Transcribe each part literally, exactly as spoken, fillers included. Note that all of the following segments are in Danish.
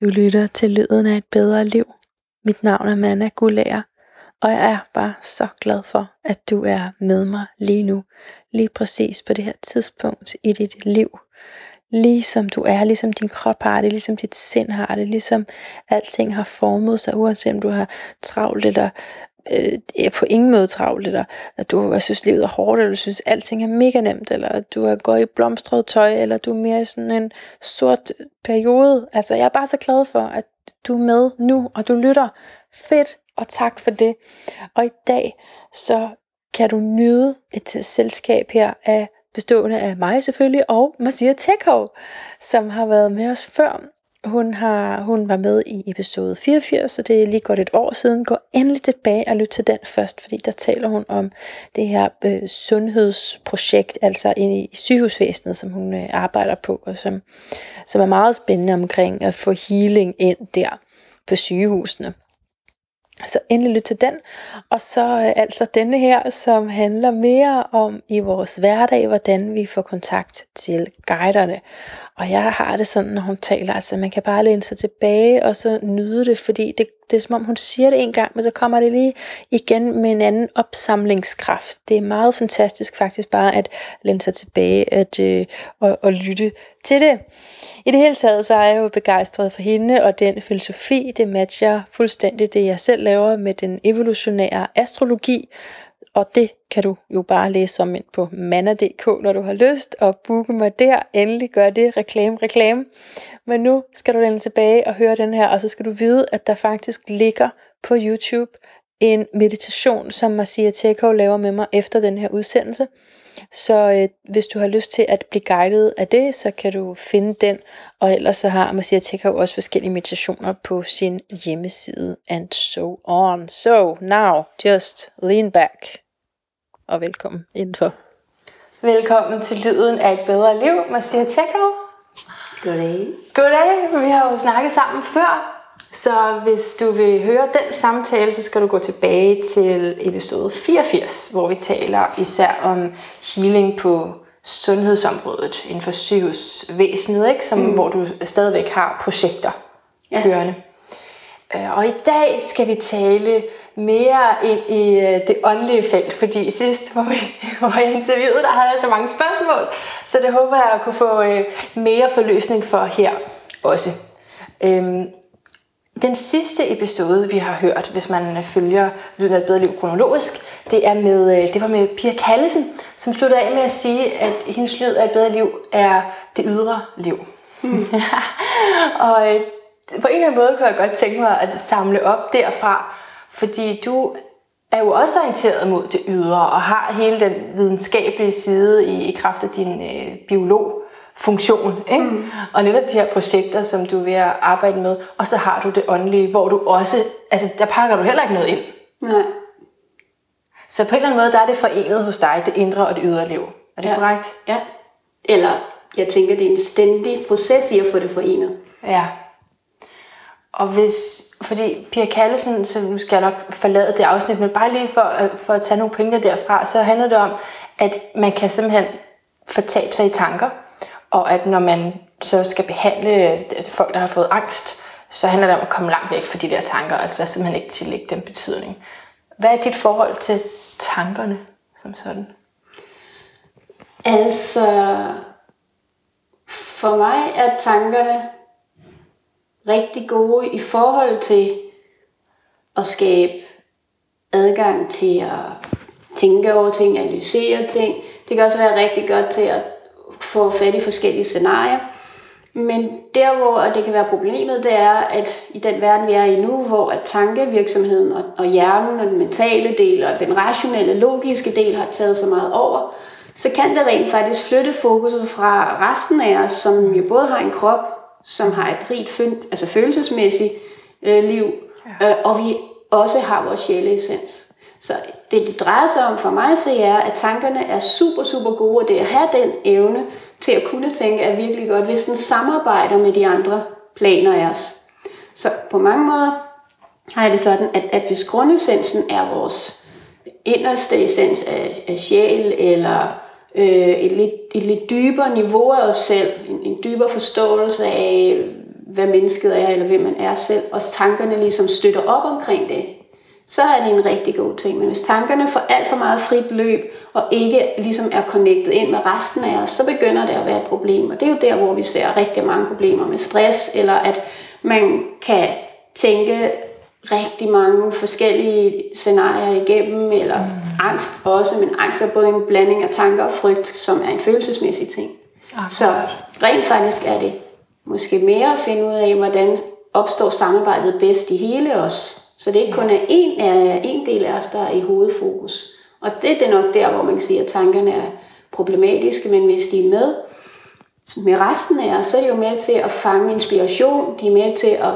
Du lytter til Lyden af et bedre liv. Mit navn er Manna Guldager, og jeg er bare så glad for, at du er med mig lige nu. Lige præcis på det her tidspunkt i dit liv. Ligesom du er, ligesom din krop har det, ligesom dit sind har det, ligesom alting har formet sig, uanset om du har travlt eller øh, er på ingen måde travlt, eller at du synes livet er hårdt, eller du synes alting er mega nemt, eller at du er gået i blomstret tøj, eller du er mere i sådan en sort periode. Altså jeg er bare så glad for, at du er med nu, og du lytter. Fedt, og tak for det. Og i dag, så kan du nyde et selskab her af bestående af mig selvfølgelig, og Marcia Tekov, som har været med os før. Hun, har, hun var med i episode fireogfirs, så det er lige godt et år siden. Gå endelig tilbage og lyt til den først, fordi der taler hun om det her øh, sundhedsprojekt, altså inde i sygehusvæsenet, som hun øh, arbejder på, og som, som er meget spændende omkring at få healing ind der på sygehusene. Så endelig lyt til den, og så øh, altså denne her, som handler mere om i vores hverdag, hvordan vi får kontakt til guiderne. Og jeg har det sådan, når hun taler, altså man kan bare læne sig tilbage og så nyde det, fordi det, det er som om hun siger det en gang, men så kommer det lige igen med en anden opsamlingskraft. Det er meget fantastisk faktisk bare at læne sig tilbage at, øh, og, og lytte til det. I det hele taget så er jeg jo begejstret for hende, og den filosofi, det matcher fuldstændig det jeg selv laver med den evolutionære astrologi. Og det kan du jo bare læse om ind på manna punktum d k, når du har lyst, og booke mig der. Endelig gør det. Reklame, reklame. Men nu skal du læne tilbage og høre den her, og så skal du vide, at der faktisk ligger på YouTube en meditation, som Marcia Tekov laver med mig efter den her udsendelse. Så øh, hvis du har lyst til at blive guidet af det, så kan du finde den. Og ellers så har Marcia Tekov også forskellige meditationer på sin hjemmeside. And so on. So now, just lean back. Og velkommen indenfor. Velkommen til Lyden af et bedre liv, Marcia Tekov. Goddag. Goddag. Vi har jo snakket sammen før. Så hvis du vil høre den samtale, så skal du gå tilbage til episode fireogfirs, hvor vi taler især om healing på sundhedsområdet inden for sygehusvæsenet, ikke? Som, mm. hvor du stadigvæk har projekter ja. kørende. Og i dag skal vi tale mere ind i det åndelige felt, fordi sidst, hvor, vi, hvor jeg interviewede, der havde jeg så mange spørgsmål, så det håber jeg at kunne få mere forløsning for her også. Den sidste episode, vi har hørt, hvis man følger Lyden af et bedre liv kronologisk, det, er med, det var med Pia Callesen, som sluttede af med at sige, at hendes lyd af et bedre liv er det ydre liv. Mm. Og på en eller anden måde kunne jeg godt tænke mig at samle op derfra, fordi du er jo også orienteret mod det ydre, og har hele den videnskabelige side i, i kraft af din øh, biologfunktion, ikke? Mm. Og netop de her projekter, som du er ved at arbejde med, og så har du det åndelige, hvor du også, altså der pakker du heller ikke noget ind. Nej. Så på en eller anden måde, der er det forenet hos dig, det indre og det ydre liv. Er det ja. korrekt? Ja. Eller, jeg tænker, det er en stændig proces i at få det forenet. Ja. Og hvis, fordi Pia Callesen, så nu skal jeg nok forlade det afsnit, men bare lige for, for at tage nogle pointer derfra, så handler det om, at man kan simpelthen fortabe sig i tanker, og at når man så skal behandle folk, der har fået angst, så handler det om at komme langt væk fra de der tanker, altså simpelthen ikke tillægge dem betydning. Hvad er dit forhold til tankerne som sådan? Altså, for mig er tankerne rigtig gode i forhold til at skabe adgang til at tænke over ting, analysere ting. Det kan også være rigtig godt til at få fat i forskellige scenarier. Men der, hvor det kan være problemet, det er, at i den verden, vi er i nu, hvor at tankevirksomheden og, og hjernen og den mentale del og den rationelle, logiske del har taget så meget over, så kan det rent faktisk flytte fokuset fra resten af os, som jo både har en krop, som har et rigt altså følelsesmæssigt øh, liv, ja. øh, og vi også har vores sjæleessens. Så det, det drejer sig om for mig, så er, at tankerne er super, super gode, og det at have den evne til at kunne tænke er virkelig godt, hvis den samarbejder med de andre planer af os. Så på mange måder har jeg det sådan, at, at hvis grundessensen er vores inderste essens af, af sjæl, eller øh, et, lidt, et lidt dybere niveau af os selv, en, en dybere forståelse af, hvad mennesket er, eller hvem man er selv, og tankerne ligesom støtter op omkring det, så er det en rigtig god ting. Men hvis tankerne får alt for meget frit løb, og ikke ligesom er connectet ind med resten af os, så begynder det at være et problem. Og det er jo der, hvor vi ser rigtig mange problemer med stress, eller at man kan tænke rigtig mange forskellige scenarier igennem, eller mm. angst også, men angst er både en blanding af tanker og frygt, som er en følelsesmæssig ting. Okay. Så rent faktisk er det måske mere at finde ud af, hvordan opstår samarbejdet bedst i hele os. Så det ikke kun er en, er en del af os, der er i hovedfokus. Og det, det er nok der, hvor man kan sige, at tankerne er problematiske, men hvis de er med med resten af os, så er de jo med til at fange inspiration, de er med til at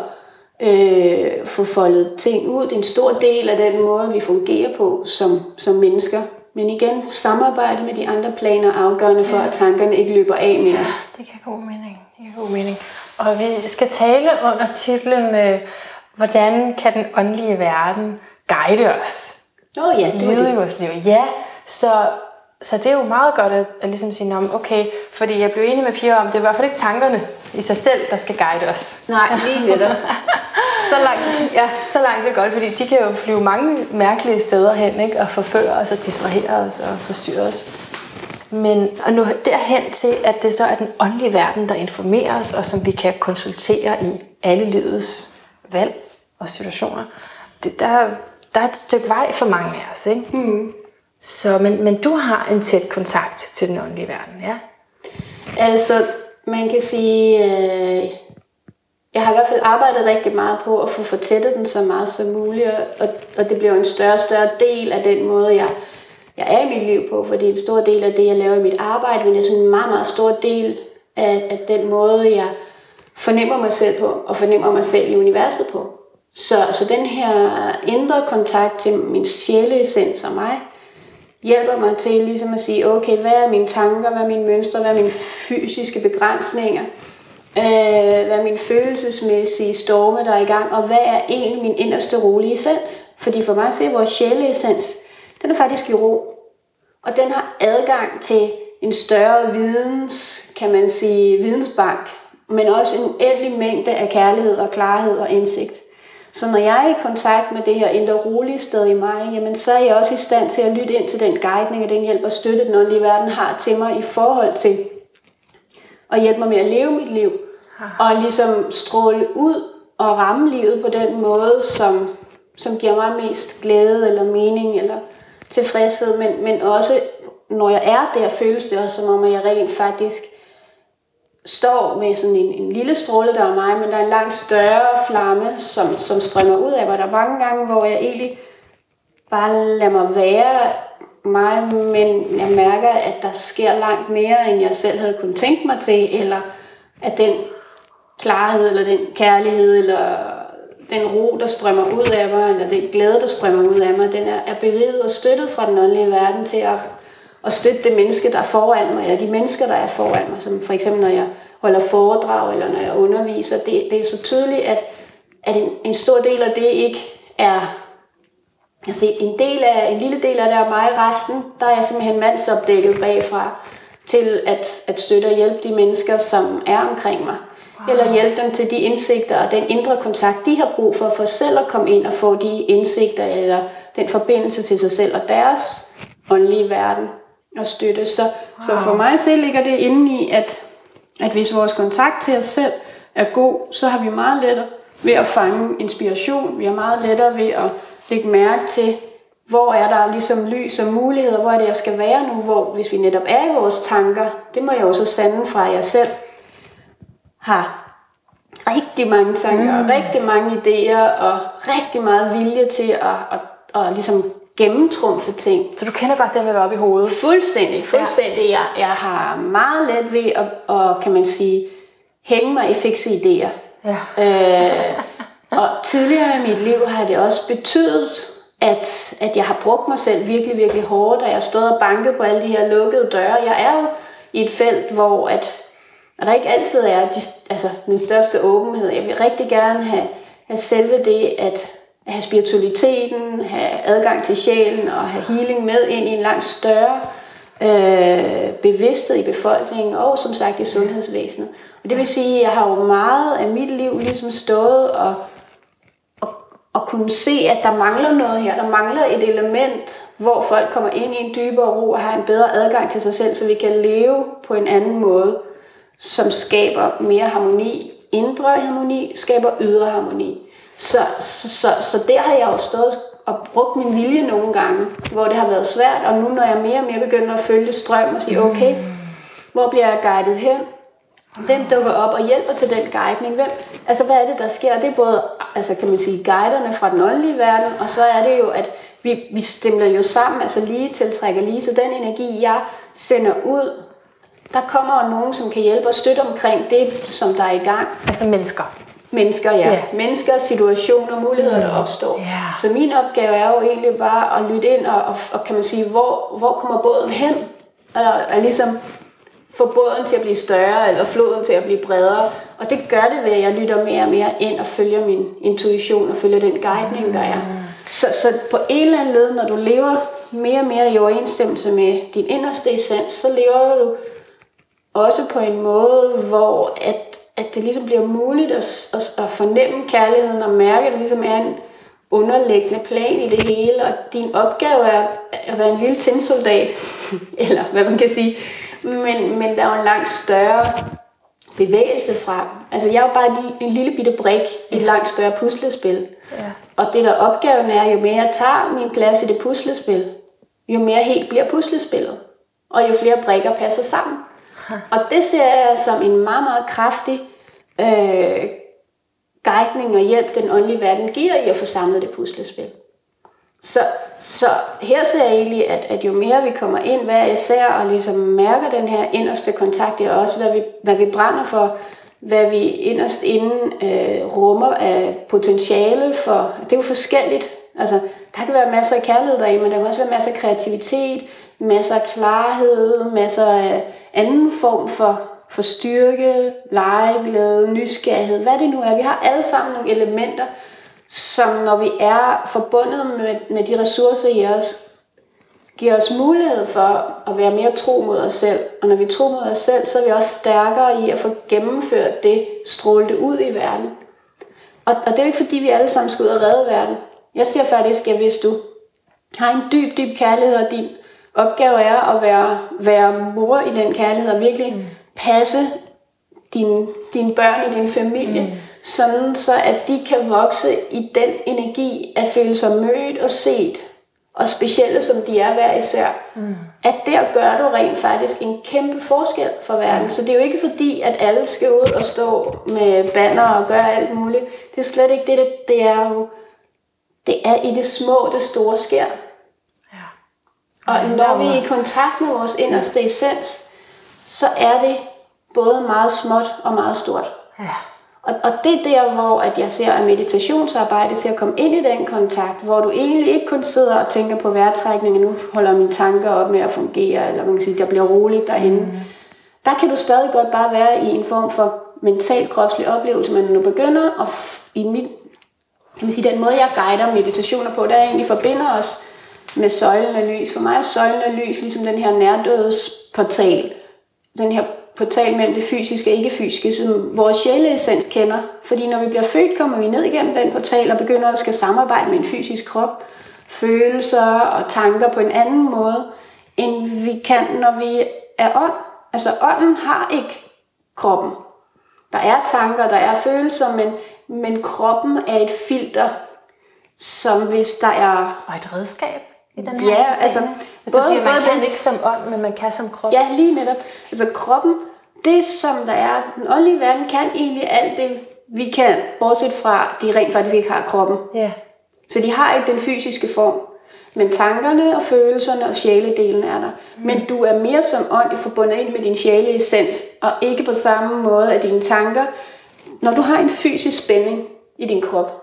øh, få foldet ting ud. Det er en stor del af den måde, vi fungerer på som, som mennesker. Men igen, samarbejde med de andre planer er afgørende for, at tankerne ikke løber af med os. Det kan god mening. Det kan god mening. Og vi skal tale under titlen, øh, hvordan kan den åndelige verden guide os? Åh oh, ja, det Livet i vores liv. Ja, så, så det er jo meget godt at, at ligesom sige, okay, fordi jeg blev enig med Pia om, det er i hvert fald ikke tankerne i sig selv, der skal guide os. Nej, lige netop. så, langt, ja, så langt så godt, fordi de kan jo flyve mange mærkelige steder hen, ikke? Og forføre os og distrahere os og forstyrre os. Men at nå derhen til, at det så er den åndelige verden, der informerer os, og som vi kan konsultere i alle livets valg og situationer. Det, der, der er et stykke vej for mange af os, ikke? Mm. Så, men, men du har en tæt kontakt til den åndelige verden, ja? Altså, man kan sige, øh, jeg har i hvert fald arbejdet rigtig meget på at få fortættet den så meget som muligt, og, og det bliver en større og større del af den måde, jeg, jeg er i mit liv på, fordi en stor del af det, jeg laver i mit arbejde, men det er sådan en meget, meget stor del af, af den måde, jeg fornemmer mig selv på, og fornemmer mig selv i universet på. Så, så den her indre kontakt til min sjæleessens og mig, hjælper mig til ligesom at sige, okay, hvad er mine tanker, hvad er mine mønstre, hvad er mine fysiske begrænsninger, øh, hvad er mine følelsesmæssige storme, der er i gang, og hvad er egentlig min inderste rolige essens? Fordi for mig at se, vores sjæleessens, den er faktisk i ro, og den har adgang til en større videns, kan man sige, vidensbank, men også en uendelig mængde af kærlighed og klarhed og indsigt. Så når jeg er i kontakt med det her indre rolige sted i mig, jamen så er jeg også i stand til at lytte ind til den guidning og den hjælp og støtte, den åndelige verden har til mig i forhold til at hjælpe mig med at leve mit liv. Og ligesom stråle ud og ramme livet på den måde, som, som giver mig mest glæde eller mening eller tilfredshed. Men, men også når jeg er der, føles det også som om, at jeg rent faktisk står med sådan en, en lille stråle, der er mig, men der er en langt større flamme, som, som strømmer ud af mig. Der er mange gange, hvor jeg egentlig bare lader mig være mig, men jeg mærker, at der sker langt mere, end jeg selv havde kunnet tænke mig til, eller at den klarhed, eller den kærlighed, eller den ro, der strømmer ud af mig, eller den glæde, der strømmer ud af mig, den er, er beriget og støttet fra den åndelige verden til at og støtte det menneske, der er foran mig, eller de mennesker, der er foran mig, som for eksempel når jeg holder foredrag, eller når jeg underviser. Det, det er så tydeligt, at, at en, en stor del af det ikke er, altså det er en, del af, en lille del af det er mig, resten, der er jeg simpelthen mandsopdækket bagfra, til at, at støtte og hjælpe de mennesker, som er omkring mig. Wow. Eller hjælpe dem til de indsigter og den indre kontakt, de har brug for, for selv at komme ind og få de indsigter, eller den forbindelse til sig selv og deres åndelige verden. Og støtte. Så, wow. så for mig selv ligger det inde i, at, at hvis vores kontakt til os selv er god, så har vi meget lettere ved at fange inspiration. Vi har meget lettere ved at lægge mærke til, hvor er der ligesom lys og muligheder, hvor er det, jeg skal være nu, hvor hvis vi netop er i vores tanker, det må jeg også sande fra, jer selv har rigtig mange tanker, mm. og rigtig mange idéer, og rigtig meget vilje til at, at, at, at ligesom gennemtrumfe ting. Så du kender godt det med at være oppe i hovedet? Fuldstændig, fuldstændig. Ja. Jeg, jeg har meget let ved at, og, kan man sige, hænge mig i fikse idéer. Ja. Øh, og tidligere i mit liv har det også betydet, at, at jeg har brugt mig selv virkelig, virkelig hårdt, og jeg har stået og banket på alle de her lukkede døre. Jeg er jo i et felt, hvor at, at der ikke altid er de, altså, den største åbenhed. Jeg vil rigtig gerne have, have selve det, at at have spiritualiteten, have adgang til sjælen og have healing med ind i en langt større øh, bevidsthed i befolkningen og som sagt i sundhedsvæsenet. Og det vil sige, at jeg har jo meget af mit liv ligesom stået og, og, og kunne se, at der mangler noget her. Der mangler et element, hvor folk kommer ind i en dybere ro og har en bedre adgang til sig selv, så vi kan leve på en anden måde, som skaber mere harmoni. Indre harmoni skaber ydre harmoni. Så, så, så, så der har jeg jo stået og brugt min vilje nogle gange, hvor det har været svært, og nu når jeg mere og mere begynder at følge strøm og sige, okay, hvor bliver jeg guidet hen? Hvem dukker op og hjælper til den guidning? Hvem, altså hvad er det, der sker? Det er både, altså kan man sige, guiderne fra den åndelige verden, og så er det jo, at vi, vi stemmer jo sammen, altså lige tiltrækker lige, så den energi, jeg sender ud, der kommer nogen, som kan hjælpe og støtte omkring det, som der er i gang. Altså mennesker. Mennesker, ja. Yeah. Mennesker, situationer, muligheder, der opstår. Yeah. Så min opgave er jo egentlig bare at lytte ind og, og, og kan man sige, hvor, hvor kommer båden hen? Eller er ligesom få båden til at blive større, eller floden til at blive bredere. Og det gør det ved, at jeg lytter mere og mere ind og følger min intuition og følger den guidning, der er. Så, så på en eller anden led, når du lever mere og mere i overensstemmelse med din inderste essens, så lever du også på en måde, hvor at, at det ligesom bliver muligt at, at, at fornemme kærligheden og mærke, at det ligesom er en underliggende plan i det hele, og din opgave er at være en lille tændsoldat, eller hvad man kan sige, men, men der er jo en langt større bevægelse fra. Altså jeg er jo bare en lille bitte brik i et langt større puslespil. Ja. Og det der opgaven er, jo mere jeg tager min plads i det puslespil, jo mere helt bliver puslespillet. Og jo flere brikker passer sammen. Og det ser jeg som en meget, meget kraftig øh, guidning og hjælp, den åndelige verden giver i at få samlet det puslespil. Så, så her ser jeg egentlig, at, at jo mere vi kommer ind hver især og ligesom mærker den her inderste kontakt i os, hvad vi, hvad vi brænder for, hvad vi inderst inden øh, rummer af potentiale for, det er jo forskelligt. Altså, der kan være masser af kærlighed deri, men der kan også være masser af kreativitet, masser af klarhed, masser af anden form for, for styrke, legeglæde, nysgerrighed, hvad det nu er. Vi har alle sammen nogle elementer, som når vi er forbundet med, med de ressourcer i os, giver os mulighed for at være mere tro mod os selv. Og når vi tror mod os selv, så er vi også stærkere i at få gennemført det, stråle det ud i verden. Og, og det er jo ikke fordi, vi alle sammen skal ud og redde verden. Jeg siger faktisk, at hvis du har en dyb, dyb kærlighed, og din opgave er at være, være mor i den kærlighed, og virkelig mm. passe dine, dine børn i din familie, mm. sådan så at de kan vokse i den energi at føle sig mødt og set, og specielle som de er hver især, mm. at der gør du rent faktisk en kæmpe forskel for verden. Mm. Så det er jo ikke fordi, at alle skal ud og stå med banner og gøre alt muligt. Det er slet ikke det, det, det er jo, det er i det små, det store sker. Ja. Og når vi er i kontakt med vores inderste essens, så er det både meget småt og meget stort. Ja. Og, og det er der, hvor at jeg ser at meditationsarbejde til at komme ind i den kontakt, hvor du egentlig ikke kun sidder og tænker på vejrtrækningen, nu holder mine tanker op med at fungere, eller man kan sige, der bliver roligt derinde. Mm. Der kan du stadig godt bare være i en form for mental kropslig oplevelse, men når du begynder at f- i mit, kan man sige, den måde jeg guider meditationer på, der egentlig forbinder os med søjlen af lys. For mig er søjlen af lys ligesom den her nærdødesportal, den her portal mellem det fysiske og ikke-fysiske, som vores sjæleessens kender. Fordi når vi bliver født, kommer vi ned igennem den portal og begynder at skal samarbejde med en fysisk krop, følelser og tanker på en anden måde, end vi kan, når vi er ånd. Altså ånden har ikke kroppen. Der er tanker, der er følelser, men, men kroppen er et filter, som hvis der er... Og et redskab i den her ja, altså, hvis du siger, man kan ikke som ånd, men man kan som krop. Ja, lige netop. Altså kroppen, det som der er, den åndelige verden kan egentlig alt det, vi kan, bortset fra, de rent faktisk ikke har kroppen. Ja. Så de har ikke den fysiske form. Men tankerne og følelserne og sjæledelen er der. Mm. Men du er mere som ånd forbundet ind med din sjæleessens, og ikke på samme måde af dine tanker. Når du har en fysisk spænding i din krop,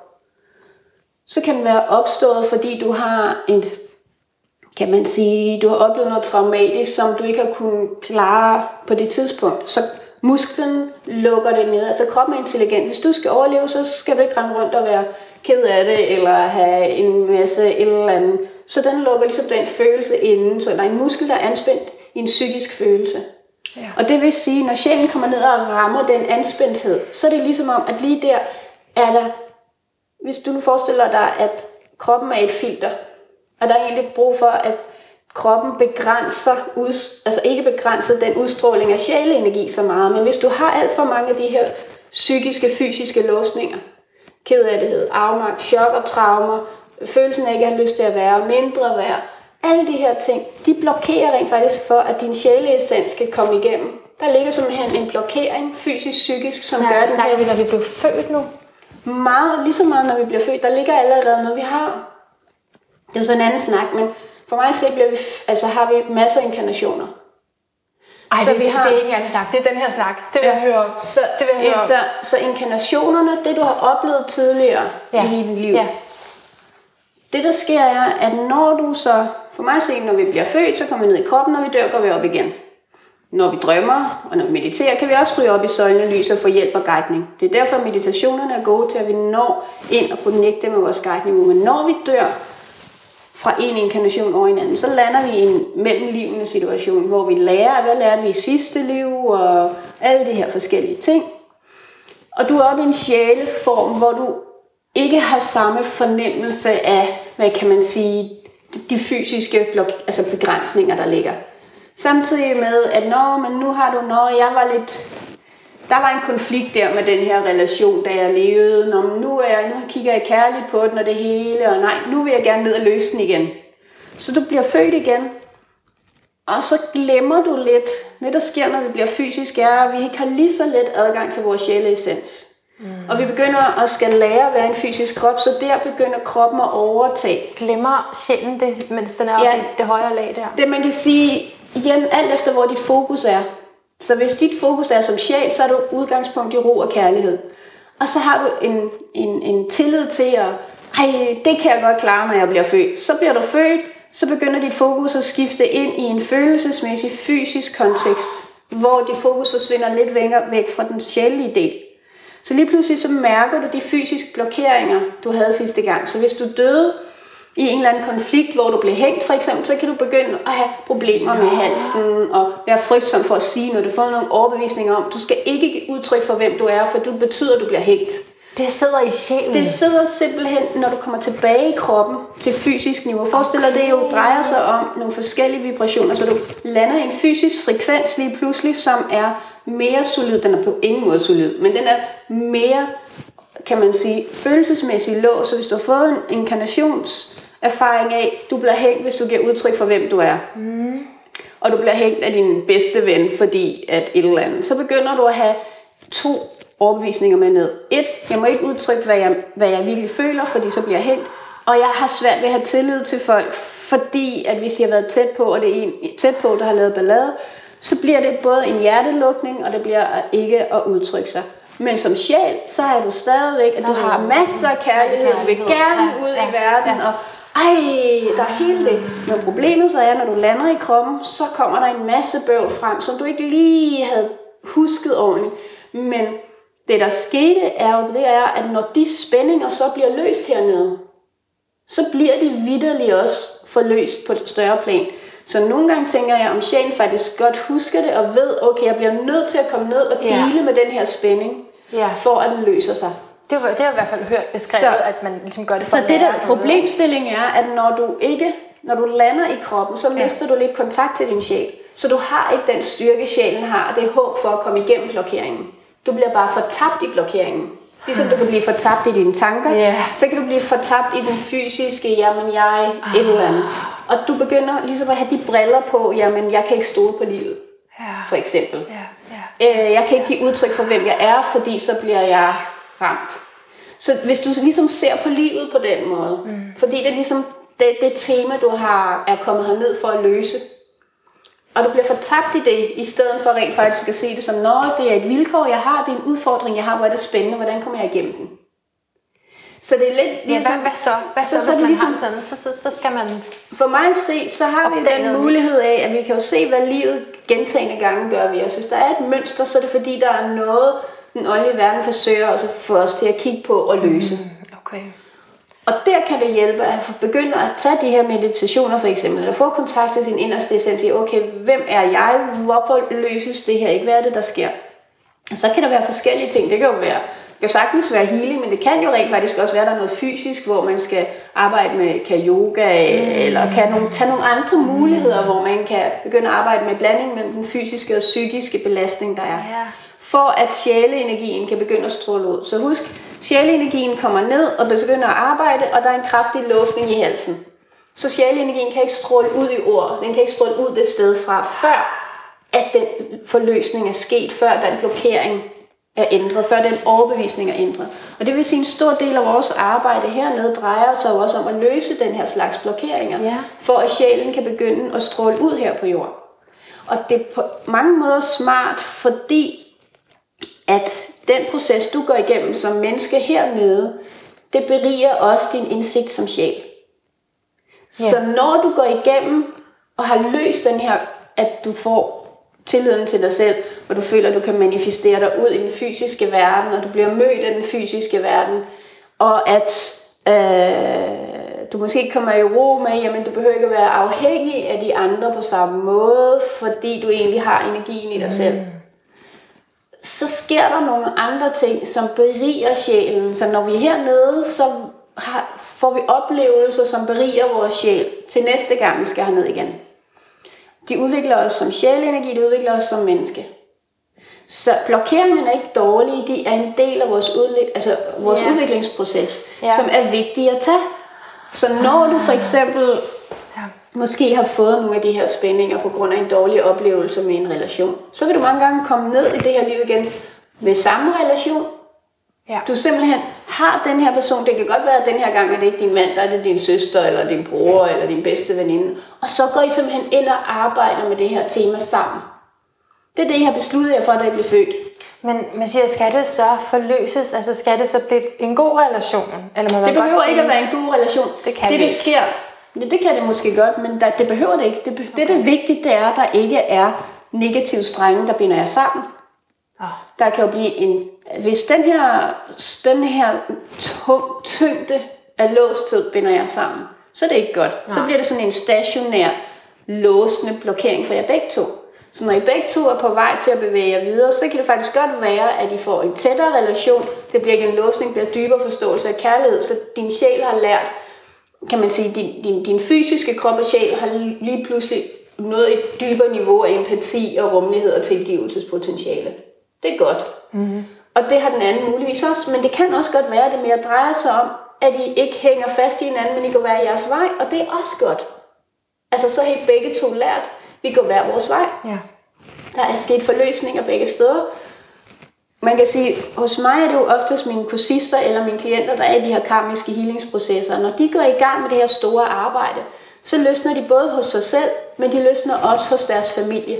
så kan den være opstået, fordi du har en, kan man sige, du har oplevet noget traumatisk, som du ikke har kunnet klare på det tidspunkt. Så musklen lukker det ned. Altså kroppen er intelligent. Hvis du skal overleve, så skal du ikke rende rundt og være ked af det, eller have en masse et eller andet. Så den lukker ligesom den følelse inden. Så der er en muskel, der er anspændt i en psykisk følelse. Ja. Og det vil sige, når sjælen kommer ned og rammer den anspændthed, så er det ligesom om, at lige der er der, hvis du nu forestiller dig, at kroppen er et filter, og der er egentlig brug for, at kroppen begrænser, altså ikke begrænser den udstråling af sjæleenergi så meget, men hvis du har alt for mange af de her psykiske, fysiske låsninger, kedelighed, afmagt, chok og traumer, følelsen af ikke at have lyst til at være, mindre værd, alle de her ting, de blokerer rent faktisk for, at din sjæleessens kan komme igennem. Der ligger simpelthen en blokering, fysisk, psykisk, som så gør den snakker her. vi, når vi blev født nu? Meget, lige så meget, når vi bliver født. Der ligger allerede, når vi har. Det er jo sådan en anden snak, men for mig så bliver vi, altså har vi masser af inkarnationer. Ej, så det, vi det, har, det er ikke en anden snak. Det er den her snak. Det vil jeg høre om. Så, det vil jeg høre om. så, så inkarnationerne, det du har oplevet tidligere ja. i dit liv. Ja. Det der sker er, at når du så, for mig at se, når vi bliver født, så kommer vi ned i kroppen, når vi dør, går vi op igen. Når vi drømmer, og når vi mediterer, kan vi også ryge op i søjlelys og få hjælp og guidning. Det er derfor, meditationerne er gode til, at vi når ind og connecte med vores guidning. Men når vi dør fra en inkarnation over en anden, så lander vi i en mellemlivende situation, hvor vi lærer, hvad lærte vi i sidste liv, og alle de her forskellige ting. Og du er oppe i en sjæleform, hvor du ikke har samme fornemmelse af, hvad kan man sige, de fysiske blok- altså begrænsninger, der ligger. Samtidig med, at når, men nu har du, når jeg var lidt, der var en konflikt der med den her relation, da jeg levede. Når nu, er jeg, nu kigger jeg kærligt på den og det hele, og nej, nu vil jeg gerne ned og løse den igen. Så du bliver født igen, og så glemmer du lidt, det der sker, når vi bliver fysisk, er, at vi ikke har lige så let adgang til vores sjæleessens. Mm. Og vi begynder at skal lære at være en fysisk krop, så der begynder kroppen at overtage. Glemmer sjælen det, mens den er oppe ja, i det højere lag der? Det man kan sige, igen, alt efter hvor dit fokus er. Så hvis dit fokus er som sjæl, så er du udgangspunkt i ro og kærlighed. Og så har du en, en, en tillid til at, ej, det kan jeg godt klare, når jeg bliver født. Så bliver du født, så begynder dit fokus at skifte ind i en følelsesmæssig, fysisk kontekst, hvor dit fokus forsvinder lidt væk fra den sjælelige del. Så lige pludselig så mærker du de fysiske blokeringer, du havde sidste gang. Så hvis du døde i en eller anden konflikt, hvor du blev hængt for eksempel, så kan du begynde at have problemer med halsen og være frygtsom for at sige, når du får nogle overbevisninger om, du skal ikke give udtryk for, hvem du er, for det betyder, at du bliver hængt. Det sidder i sjælen. Det sidder simpelthen, når du kommer tilbage i kroppen til fysisk niveau. Forestil dig, okay. Det jo drejer sig om nogle forskellige vibrationer, så du lander i en fysisk frekvens lige pludselig, som er mere solid. Den er på ingen måde solid, men den er mere, kan man sige, følelsesmæssigt låst. Så hvis du har fået en inkarnationserfaring af, du bliver hængt, hvis du giver udtryk for, hvem du er. Mm. Og du bliver hængt af din bedste ven, fordi at et eller andet. Så begynder du at have to overbevisninger med ned. Et, jeg må ikke udtrykke, hvad jeg, hvad jeg virkelig føler, fordi så bliver jeg hængt. Og jeg har svært ved at have tillid til folk, fordi at hvis jeg har været tæt på, og det er en tæt på, der har lavet ballade, så bliver det både en hjertelukning, og det bliver ikke at udtrykke sig. Men som sjæl, så er du stadigvæk, at du har masser af kærlighed, du vil gerne ud i verden, og ej, der er hele det. Men problemet så er, når du lander i kroppen, så kommer der en masse bøvl frem, som du ikke lige havde husket ordentligt. Men det, der skete, er jo, det er, at når de spændinger så bliver løst hernede, så bliver de vitterligt også forløst på et større plan. Så nogle gange tænker jeg, om sjælen faktisk godt husker det og ved, okay, jeg bliver nødt til at komme ned og dele ja. med den her spænding, ja. for at den løser sig. Det, var, det har jeg i hvert fald hørt beskrevet, så, at man ligesom gør det for Så det der problemstilling er, at når du ikke, når du lander i kroppen, så ja. mister du lidt kontakt til din sjæl. Så du har ikke den styrke, sjælen har, og det er håb for at komme igennem blokeringen. Du bliver bare fortabt i blokeringen. Ligesom du kan blive fortabt i dine tanker, yeah. så kan du blive fortabt i den fysiske, jamen jeg, et eller andet. Og du begynder ligesom at have de briller på, jamen jeg kan ikke stole på livet, yeah. for eksempel. Yeah. Yeah. Jeg kan ikke give udtryk for, hvem jeg er, fordi så bliver jeg ramt. Så hvis du ligesom ser på livet på den måde, mm. fordi det er ligesom det, det tema, du har, er kommet herned for at løse, og du bliver fortabt i det, i stedet for rent faktisk at se det som, nå, det er et vilkår, jeg har, det er en udfordring, jeg har, hvor er det spændende, hvordan kommer jeg igennem den? Så det er lidt... Ja, ligesom, hvad, hvad så? Hvad så, så, hvis man ligesom, har sådan, så, så, så skal man... For mig at se, så har vi den mulighed af, at vi kan jo se, hvad livet gentagne gange gør ved os. Hvis der er et mønster, så er det fordi, der er noget, den åndelige verden forsøger også at få os til at kigge på og løse. Mm, okay. Og der kan det hjælpe at begynde at tage de her meditationer for eksempel, eller få kontakt til sin inderste essens, okay, hvem er jeg, hvorfor løses det her ikke, hvad er det, der sker? Og så kan der være forskellige ting, det kan jo være, det kan sagtens være healing, men det kan jo rent faktisk også være, der er noget fysisk, hvor man skal arbejde med, kan yoga, mm. eller kan nogle, tage nogle andre muligheder, hvor man kan begynde at arbejde med blanding mellem den fysiske og psykiske belastning, der er. Ja. For at sjæleenergien kan begynde at stråle ud. Så husk, sjæleenergien kommer ned og begynder at arbejde, og der er en kraftig låsning i halsen. Så sjæleenergien kan ikke stråle ud i ord. Den kan ikke stråle ud det sted fra, før at den forløsning er sket, før den blokering er ændret, før den overbevisning er ændret. Og det vil sige, en stor del af vores arbejde hernede drejer sig også om at løse den her slags blokeringer, ja. For at sjælen kan begynde at stråle ud her på jorden. Og det er på mange måder smart, fordi at den proces, du går igennem som menneske hernede, det beriger også din indsigt som sjæl. Ja. Så når du går igennem og har løst den her, at du får tilliden til dig selv, hvor du føler, at du kan manifestere dig ud i den fysiske verden, og du bliver mødt af den fysiske verden, og at øh, du måske kommer i ro med, jamen du behøver ikke at være afhængig af de andre på samme måde, fordi du egentlig har energien i dig mm. selv. Så sker der nogle andre ting, som beriger sjælen. Så når vi er hernede, så har, får vi oplevelser, som beriger vores sjæl til næste gang, vi skal herned igen. De udvikler os som sjæleenergi, de udvikler os som menneske. Så blokeringerne er ikke dårlige, de er en del af vores, udle- altså vores yeah. udviklingsproces, yeah. som er vigtige at tage. Så når du for eksempel yeah. måske har fået nogle af de her spændinger på grund af en dårlig oplevelse med en relation, så vil du mange gange komme ned i det her liv igen med samme relation. Ja. Du simpelthen har den her person, det kan godt være, at den her gang er det ikke din mand, der er det din søster, eller din bror, eller din bedste veninde. Og så går I simpelthen ind og arbejder med det her tema sammen. Det er det, I har besluttet jer for, da I blev født. Men man siger, skal det så forløses? Altså skal det så blive en god relation? Eller må man det behøver godt ikke sige, at være en god relation. Det kan det, det, det sker. Ja, det kan det måske godt, men der, det behøver det ikke. Det, okay. det, det er vigtigt, det er, at der ikke er negative strenge, der binder jer sammen. Oh. Der kan jo blive en... Hvis den her, den her tung, tyngde af låsthed binder jer sammen, så er det ikke godt. Nej. Så bliver det sådan en stationær, låsende blokering for jer begge to. Så når I begge to er på vej til at bevæge jer videre, så kan det faktisk godt være, at I får en tættere relation. Det bliver ikke en låsning, det bliver dybere forståelse af kærlighed. Så din sjæl har lært, kan man sige, din, din, din fysiske krop og sjæl har lige pludselig nået et dybere niveau af empati og rummelighed og tilgivelsespotentiale. Det er godt. Mm-hmm. Og det har den anden muligvis også, men det kan også godt være, at det mere drejer sig om, at I ikke hænger fast i hinanden, men I går hver jeres vej, og det er også godt. Altså så har I begge to lært, vi går hver vores vej. Ja. Der er sket forløsninger begge steder. Man kan sige, hos mig er det jo oftest mine kursister eller mine klienter, der er i de her karmiske healingsprocesser. Når de går i gang med det her store arbejde, så løsner de både hos sig selv, men de løsner også hos deres familie.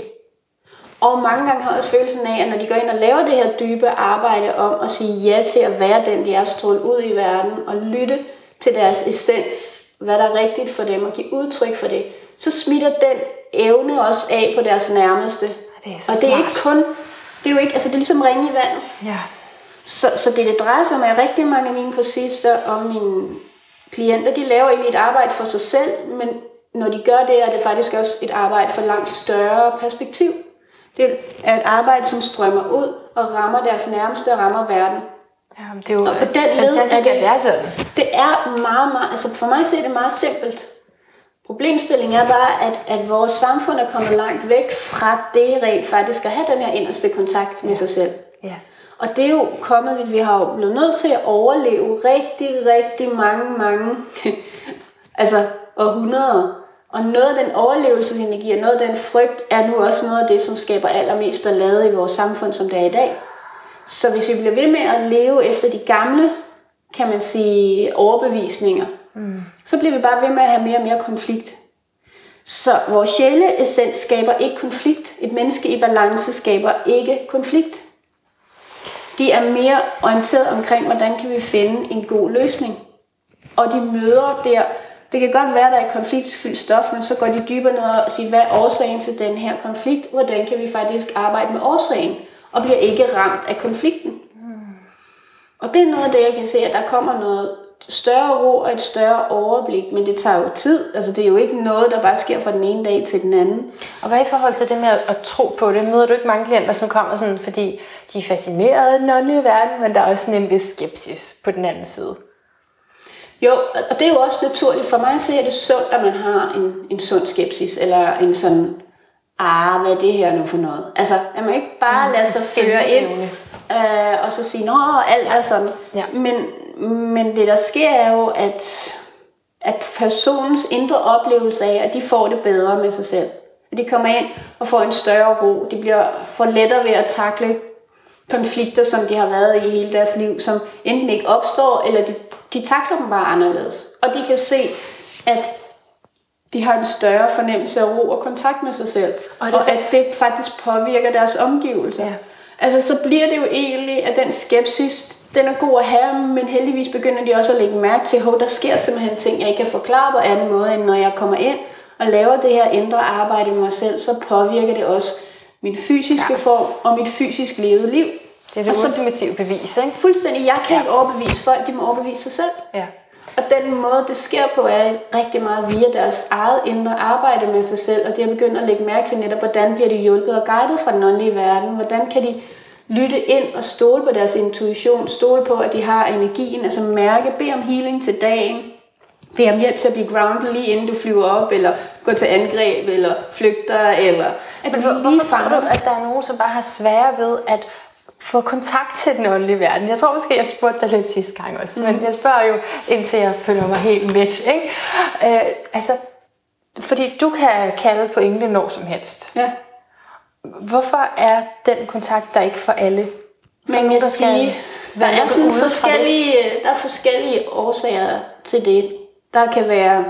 Og mange gange har jeg også følelsen af, at når de går ind og laver det her dybe arbejde om at sige ja til at være den, de er, stråle ud i verden og lytte til deres essens, hvad der er rigtigt for dem og give udtryk for det, så smitter den evne også af på deres nærmeste. Det er så og det er ikke kun, det er jo ikke, altså det er ligesom ringe i vandet. Ja. Så, så det, det drejer sig om, at rigtig mange af mine kursister og mine klienter, de laver egentlig et arbejde for sig selv, men når de gør det, er det faktisk også et arbejde for langt større perspektiv. Det er et arbejde, som strømmer ud og rammer deres nærmeste og rammer verden. Ja, det er jo og på den fantastisk, er det, at det er sådan. Det er meget, meget, altså for mig så er det meget simpelt. Problemstillingen er bare, at, at vores samfund er kommet langt væk fra det rent faktisk at have den her inderste kontakt med sig selv. Ja. Og det er jo kommet, at vi har jo blevet nødt til at overleve rigtig, rigtig mange, mange altså århundreder. Og noget af den overlevelsesenergi og noget af den frygt er nu også noget af det, som skaber allermest ballade i vores samfund, som det er i dag. Så hvis vi bliver ved med at leve efter de gamle, kan man sige, overbevisninger, mm. så bliver vi bare ved med at have mere og mere konflikt. Så vores sjæleessens skaber ikke konflikt. Et menneske i balance skaber ikke konflikt. De er mere orienteret omkring, hvordan kan vi finde en god løsning. Og de møder der, det kan godt være, at der er konfliktfyldt stof, men så går de dybere ned og siger, hvad er årsagen til den her konflikt? Hvordan kan vi faktisk arbejde med årsagen? Og bliver ikke ramt af konflikten. Mm. Og det er noget af det, jeg kan se, at der kommer noget større ro og et større overblik, men det tager jo tid. Altså det er jo ikke noget, der bare sker fra den ene dag til den anden. Og hvad i forhold til det med at, at tro på det? Møder du ikke mange klienter, som kommer sådan, fordi de er fascineret af den åndelige verden, men der er også sådan en vis skepsis på den anden side? Jo, og det er jo også naturligt. For mig så er det sundt, at man har en, en sund skepsis, eller en sådan, ah, hvad er det her nu for noget? Altså, at man ikke bare mm, lader sig føre ind, øh, og så sige, nå, alt er sådan. Ja. Men, men det der sker er jo, at, at personens indre oplevelse af, at de får det bedre med sig selv. At de kommer ind og får en større ro. De bliver for lettere ved at takle konflikter, som de har været i hele deres liv, som enten ikke opstår, eller de, de takler dem bare anderledes. Og de kan se, at de har en større fornemmelse af ro og kontakt med sig selv. Og, det og så... at det faktisk påvirker deres omgivelser. Ja. Altså, så bliver det jo egentlig, at den skepsis, den er god at have, men heldigvis begynder de også at lægge mærke til, at der sker simpelthen ting, jeg ikke kan forklare på anden måde, end når jeg kommer ind og laver det her indre arbejde med mig selv, så påvirker det også min fysiske ja. form og mit fysisk levede liv. Det er det så, ultimative bevis, ikke? Fuldstændig. Jeg kan ja. ikke overbevise folk, de må overbevise sig selv. Ja. Og den måde, det sker på, er rigtig meget via deres eget indre arbejde med sig selv, og det er begyndt at lægge mærke til netop, hvordan bliver de hjulpet og guidet fra den åndelige verden, hvordan kan de lytte ind og stole på deres intuition, stole på, at de har energien, altså mærke, bede om healing til dagen, bede om hjælp til at blive grounded lige inden du flyver op, eller gå til angreb, eller flygter, eller... At Men hvor, hvorfor tror du, at der er nogen, som bare har svære ved at få kontakt til den åndelige verden? Jeg tror måske, jeg spurgte dig lidt sidste gang også, mm. men jeg spørger jo, indtil jeg føler mig helt midt, ikke? Øh, altså, fordi du kan kalde på engle når som helst. Ja. Hvorfor er den kontakt der ikke for alle? For Man kan der sige, der er, sådan forskellige, der er forskellige årsager til det. Der kan være...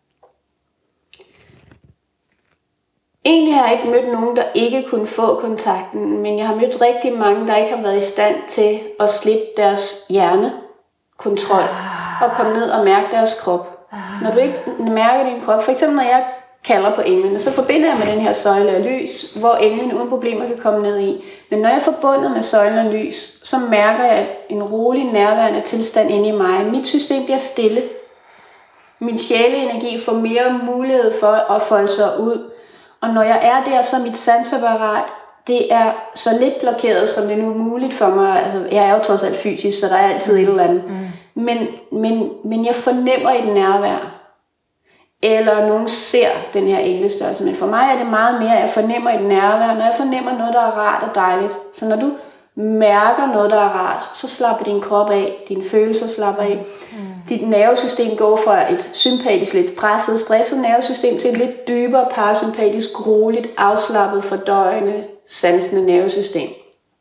Egentlig har jeg ikke mødt nogen, der ikke kunne få kontakten, men jeg har mødt rigtig mange, der ikke har været i stand til at slippe deres hjernekontrol ah. og komme ned og mærke deres krop. Ah. Når du ikke mærker din krop, for eksempel når jeg kalder på englene, så forbinder jeg med den her søjle af lys, hvor englene uden problemer kan komme ned i. Men når jeg er forbundet med søjlen af lys, så mærker jeg en rolig, nærværende tilstand inde i mig. Mit system bliver stille. Min sjæleenergi får mere mulighed for at folde sig ud. Og når jeg er der, så er mit sansapparat, det er så lidt blokeret, som det nu er muligt for mig. Altså, jeg er jo trods alt fysisk, så der er altid et eller andet. Mm. Men, men, men jeg fornemmer et nærvær. Eller nogen ser den her englestørrelse. Men for mig er det meget mere, at jeg fornemmer et nærvær. Når jeg fornemmer noget, der er rart og dejligt. Så når du mærker noget, der er rart, så slapper din krop af. Dine følelser slapper af. Mm. Dit nervesystem går fra et sympatisk, lidt presset, stresset nervesystem til et lidt dybere, parasympatisk, roligt, afslappet, fordøjende, sansende nervesystem.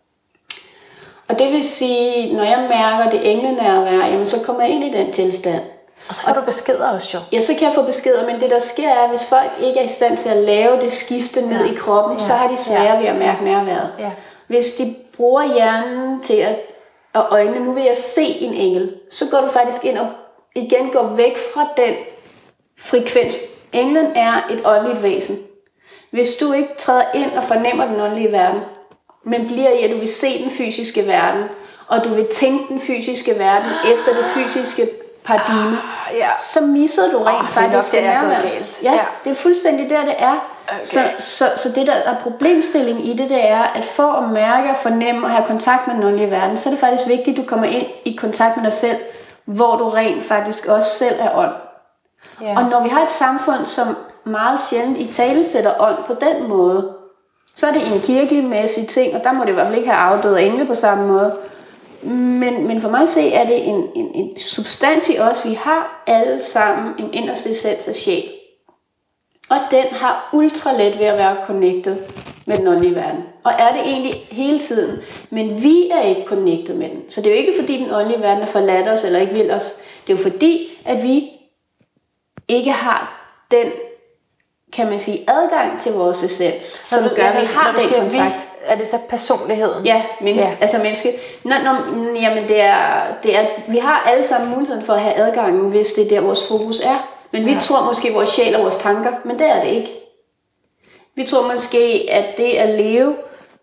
Og det vil sige, når jeg mærker det englenærvær, jamen så kommer jeg ind i den tilstand. Og så får du beskeder også jo. Ja, så kan jeg få beskeder, men det der sker er, at hvis folk ikke er i stand til at lave det skifte ned ja. i kroppen, ja. så har de svære ja. ved at mærke nærværet. Ja. Hvis de bruger hjernen til at, og øjnene, nu vil jeg se en engel, så går du faktisk ind og igen går væk fra den frekvens. Englen er et åndeligt væsen. Hvis du ikke træder ind og fornemmer den åndelige verden, men bliver i, at du vil se den fysiske verden, og du vil tænke den fysiske verden efter det fysiske paradigme, ah, yeah. så misser du rent oh, faktisk det nærmere. Ja, ja, det er fuldstændig der, det er. Okay. Så, så, så det, der er problemstillingen i det, det er, at for at mærke, fornemme og have kontakt med den åndelige verden, så er det faktisk vigtigt, at du kommer ind i kontakt med dig selv, hvor du rent faktisk også selv er ånd. Yeah. Og når vi har et samfund, som meget sjældent i tale sætter ånd på den måde, så er det en kirkeligmæssig ting, og der må det i hvert fald ikke have afdøde engle på samme måde. Men, men for mig at se, er det en, en, en substans i os. Vi har alle sammen en inderste essens af sjæl. Og den har ultra let ved at være connected med den åndelige verden. Og er det egentlig hele tiden. Men vi er ikke connected med den. Så det er jo ikke fordi den åndelige verden er forladt os eller ikke vil os. Det er jo fordi, at vi ikke har den, kan man sige, adgang til vores essens. Så du, gør, ja, vi har den siger, kontakt. Vi, er det så personligheden? Ja, menneske, ja. altså menneske. Nå, nå, jamen det er, det er, vi har alle sammen muligheden for at have adgangen, hvis det er der, vores fokus er. Men vi ja. tror måske vores sjæl og vores tanker, men det er det ikke. Vi tror måske, at det at leve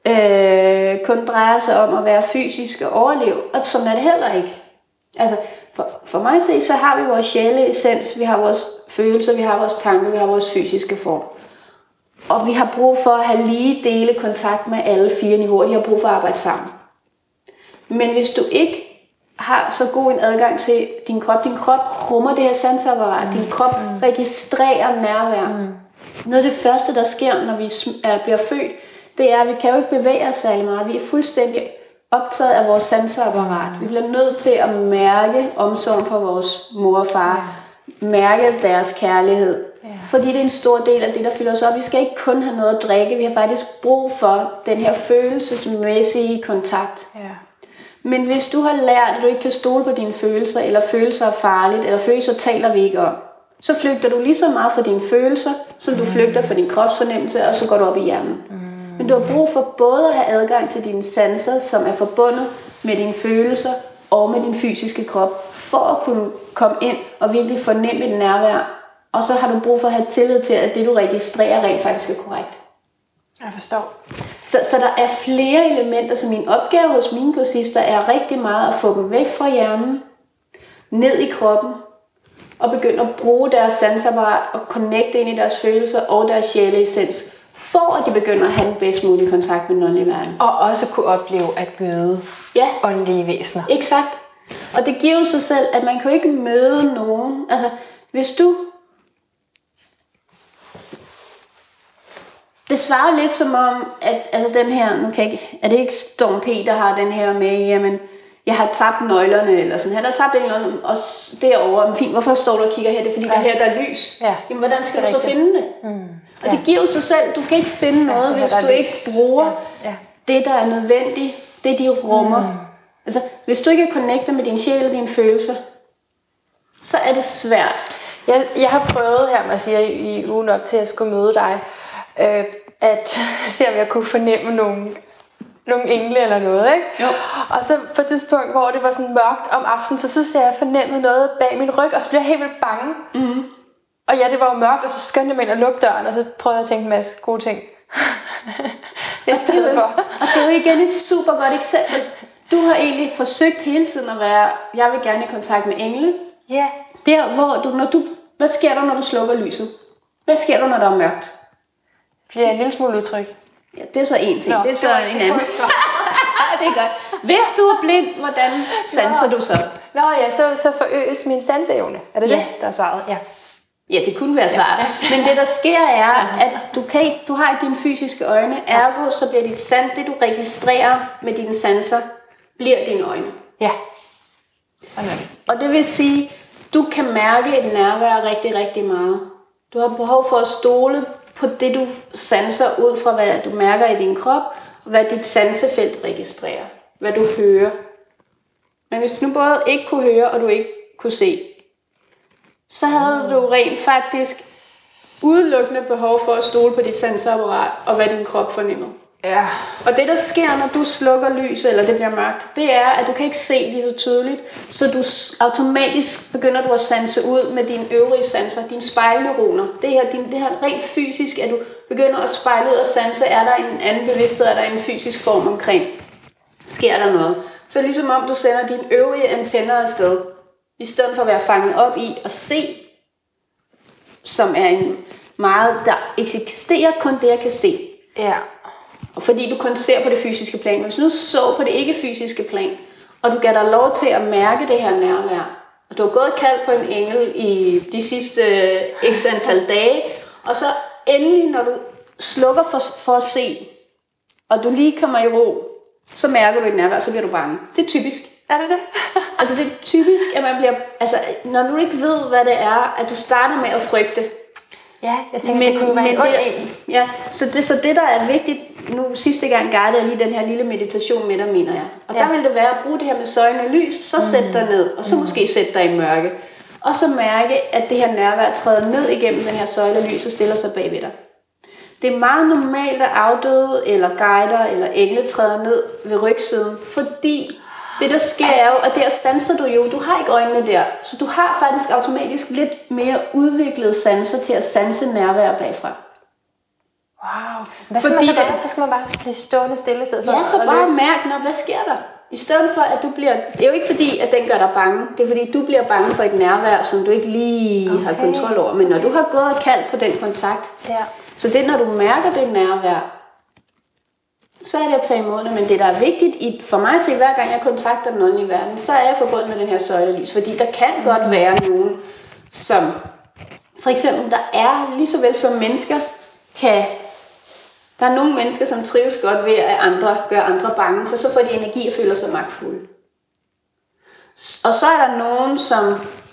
øh, kun drejer sig om at være fysisk og overleve, og sådan er det heller ikke. Altså, For, for mig at se, så har vi vores sjæleessens, vi har vores følelser, vi har vores tanker, vi har vores fysiske form. Og vi har brug for at have lige dele kontakt med alle fire niveauer. De har brug for at arbejde sammen. Men hvis du ikke har så god en adgang til din krop, din krop rummer det her sanseapparat, mm. din krop mm. registrerer nærvær. Mm. Noget af det første, der sker, når vi er, bliver født, det er, at vi kan jo ikke bevæge os særlig meget. Vi er fuldstændig optaget af vores sanseapparat. Mm. Vi bliver nødt til at mærke omsorgen for vores mor og far. Ja. Mærke deres kærlighed. Ja. Fordi det er en stor del af det, der fylder os op. Vi skal ikke kun have noget at drikke. Vi har faktisk brug for den her følelsesmæssige kontakt. Ja. Men hvis du har lært, at du ikke kan stole på dine følelser, eller følelser er farligt, eller følelser taler vi ikke om, så flygter du lige så meget for dine følelser, som du flygter for din kropsfornemmelse, og så går du op i hjernen. Mm. Men du har brug for både at have adgang til dine sanser, som er forbundet med dine følelser og med din fysiske krop, for at kunne komme ind og virkelig fornemme et nærvær. Og så har du brug for at have tillid til, at det du registrerer rent faktisk er korrekt. Jeg forstår. Så, så der er flere elementer, så min opgave hos mine kursister er rigtig meget at få dem væk fra hjernen, ned i kroppen, og begynde at bruge deres sansapparat og connecte ind i deres følelser og deres sjæleessens, for at de begynder at have den bedst mulige kontakt med den åndelige verden. Og også kunne opleve at møde ja. åndelige væsener. Exakt. Og det giver jo sig selv, at man kan jo ikke møde nogen. Altså, hvis du... Det svarer lidt som om, at altså den her, nu kan jeg ikke, er det ikke Storm P, der har den her med, jamen, jeg har tabt nøglerne, eller sådan, han har tabt en eller anden, og derovre, men fint, hvorfor står du og kigger her, det er fordi, ja. der her, der er lys. Ja. Jamen, hvordan skal du så rigtigt. finde det? Mm. Og ja. det giver jo sig selv, du kan ikke finde ja, noget, hvis du ikke bruger ja. Ja. det, der er nødvendigt, det de rummer. Mm. Altså, hvis du ikke er connectet med din sjæl og dine følelser, så er det svært. Jeg, jeg har prøvet her, man siger, i, i ugen op til, at jeg skulle møde dig, øh, at se, om jeg kunne fornemme nogle, nogle engle eller noget, ikke? Jo. Og så på et tidspunkt, hvor det var sådan mørkt om aftenen, så synes jeg, at jeg fornemmede noget bag min ryg, og så blev jeg helt vildt bange. Mm-hmm. Og ja, det var jo mørkt, og så skyndte jeg mig ind og lukke døren, og så prøvede jeg at tænke en masse gode ting. I stedet for. Og det er jo igen et super godt eksempel. Du har egentlig forsøgt hele tiden at være, jeg vil gerne i kontakt med engle. Ja. Yeah. Der, hvor du, når du, hvad sker der, når du slukker lyset? Hvad sker der, når der er mørkt? Bliver en lille smule utryg. Ja, det er så en ting. Nå, det er så det en anden. Det er godt. Hvis du er blind, hvordan sanser du så? Nå ja, så, så forøges min sanseevne. Er det ja. det, der er svaret? Ja. Ja, det kunne være svaret. Ja. Men det, der sker, er, at du, kan ikke, du har ikke dine fysiske øjne. Ergo, så bliver dit sans, det du registrerer med dine sanser, bliver dine øjne. Ja. Sådan er det. Og det vil sige, du kan mærke et nærvær rigtig, rigtig meget. Du har behov for at stole på det, du sanser ud fra, hvad du mærker i din krop, og hvad dit sansefelt registrerer. Hvad du hører. Men hvis du nu både ikke kunne høre, og du ikke kunne se, så havde du rent faktisk udelukkende behov for at stole på dit sanseapparat, og hvad din krop fornemmer. Ja. Og det, der sker, når du slukker lyset, eller det bliver mørkt, det er, at du kan ikke se det så tydeligt, så du automatisk begynder du at sanse ud med dine øvrige sanser, dine spejlneuroner. Det her, din, det her rent fysisk, at du begynder at spejle ud og sanse, er der en anden bevidsthed, er der en fysisk form omkring. Sker der noget? Så ligesom om du sender dine øvrige antenner afsted, i stedet for at være fanget op i at se, som er en meget, der eksisterer kun det, jeg kan se. Ja. Og fordi du kun ser på det fysiske plan. Hvis du nu så på det ikke-fysiske plan, og du gav dig lov til at mærke det her nærvær, og du har gået kaldt på en engel i de sidste x antal dage, og så endelig, når du slukker for, for at se, og du lige kommer i ro, så mærker du et nærvær, så bliver du bange. Det er typisk. Er det det? Altså det er typisk, at man bliver, altså når du ikke ved, hvad det er, at du starter med at frygte. Ja, jeg tænker, men, det kunne være en ond en. Ja, så det, så det der er vigtigt, nu sidste gang guidede jeg lige den her lille meditation med dig, mener jeg. Og ja. der vil det være at bruge det her med søjlende lys, så mm. sæt dig ned, og så mm. måske sæt dig i mørke. Og så mærke, at det her nærvær træder ned igennem den her søjle lys og stiller sig bagved dig. Det er meget normalt, at afdøde, eller guider, eller engle træder ned ved rygsiden, fordi det der sker er jo, at der sanser du jo, du har ikke øjnene der, så du har faktisk automatisk lidt mere udviklede sanser til at sanse nærvær bagfra. Wow, Hvad skal man så gøre? Så skal man bare blive stående stille i stedet for. Ja, så bare mærk, når hvad sker der? I stedet for, at du bliver... Det er jo ikke fordi, at den gør dig bange. Det er fordi, du bliver bange for et nærvær, som du ikke lige okay. har kontrol over. Men når du har gået og kaldt på den kontakt, ja. så det når du mærker det nærvær, så er det at tage imod det. Men det, der er vigtigt i, for mig at se, hver gang jeg kontakter den åndelige verden, så er jeg forbundet med den her søjlelys. Fordi der kan mm. godt være nogen, som... For eksempel, der er lige så vel som mennesker kan... Der er nogle mennesker, som trives godt ved, at andre gør andre bange, for så får de energi og føler sig magtfulde. Og så er der nogen, som...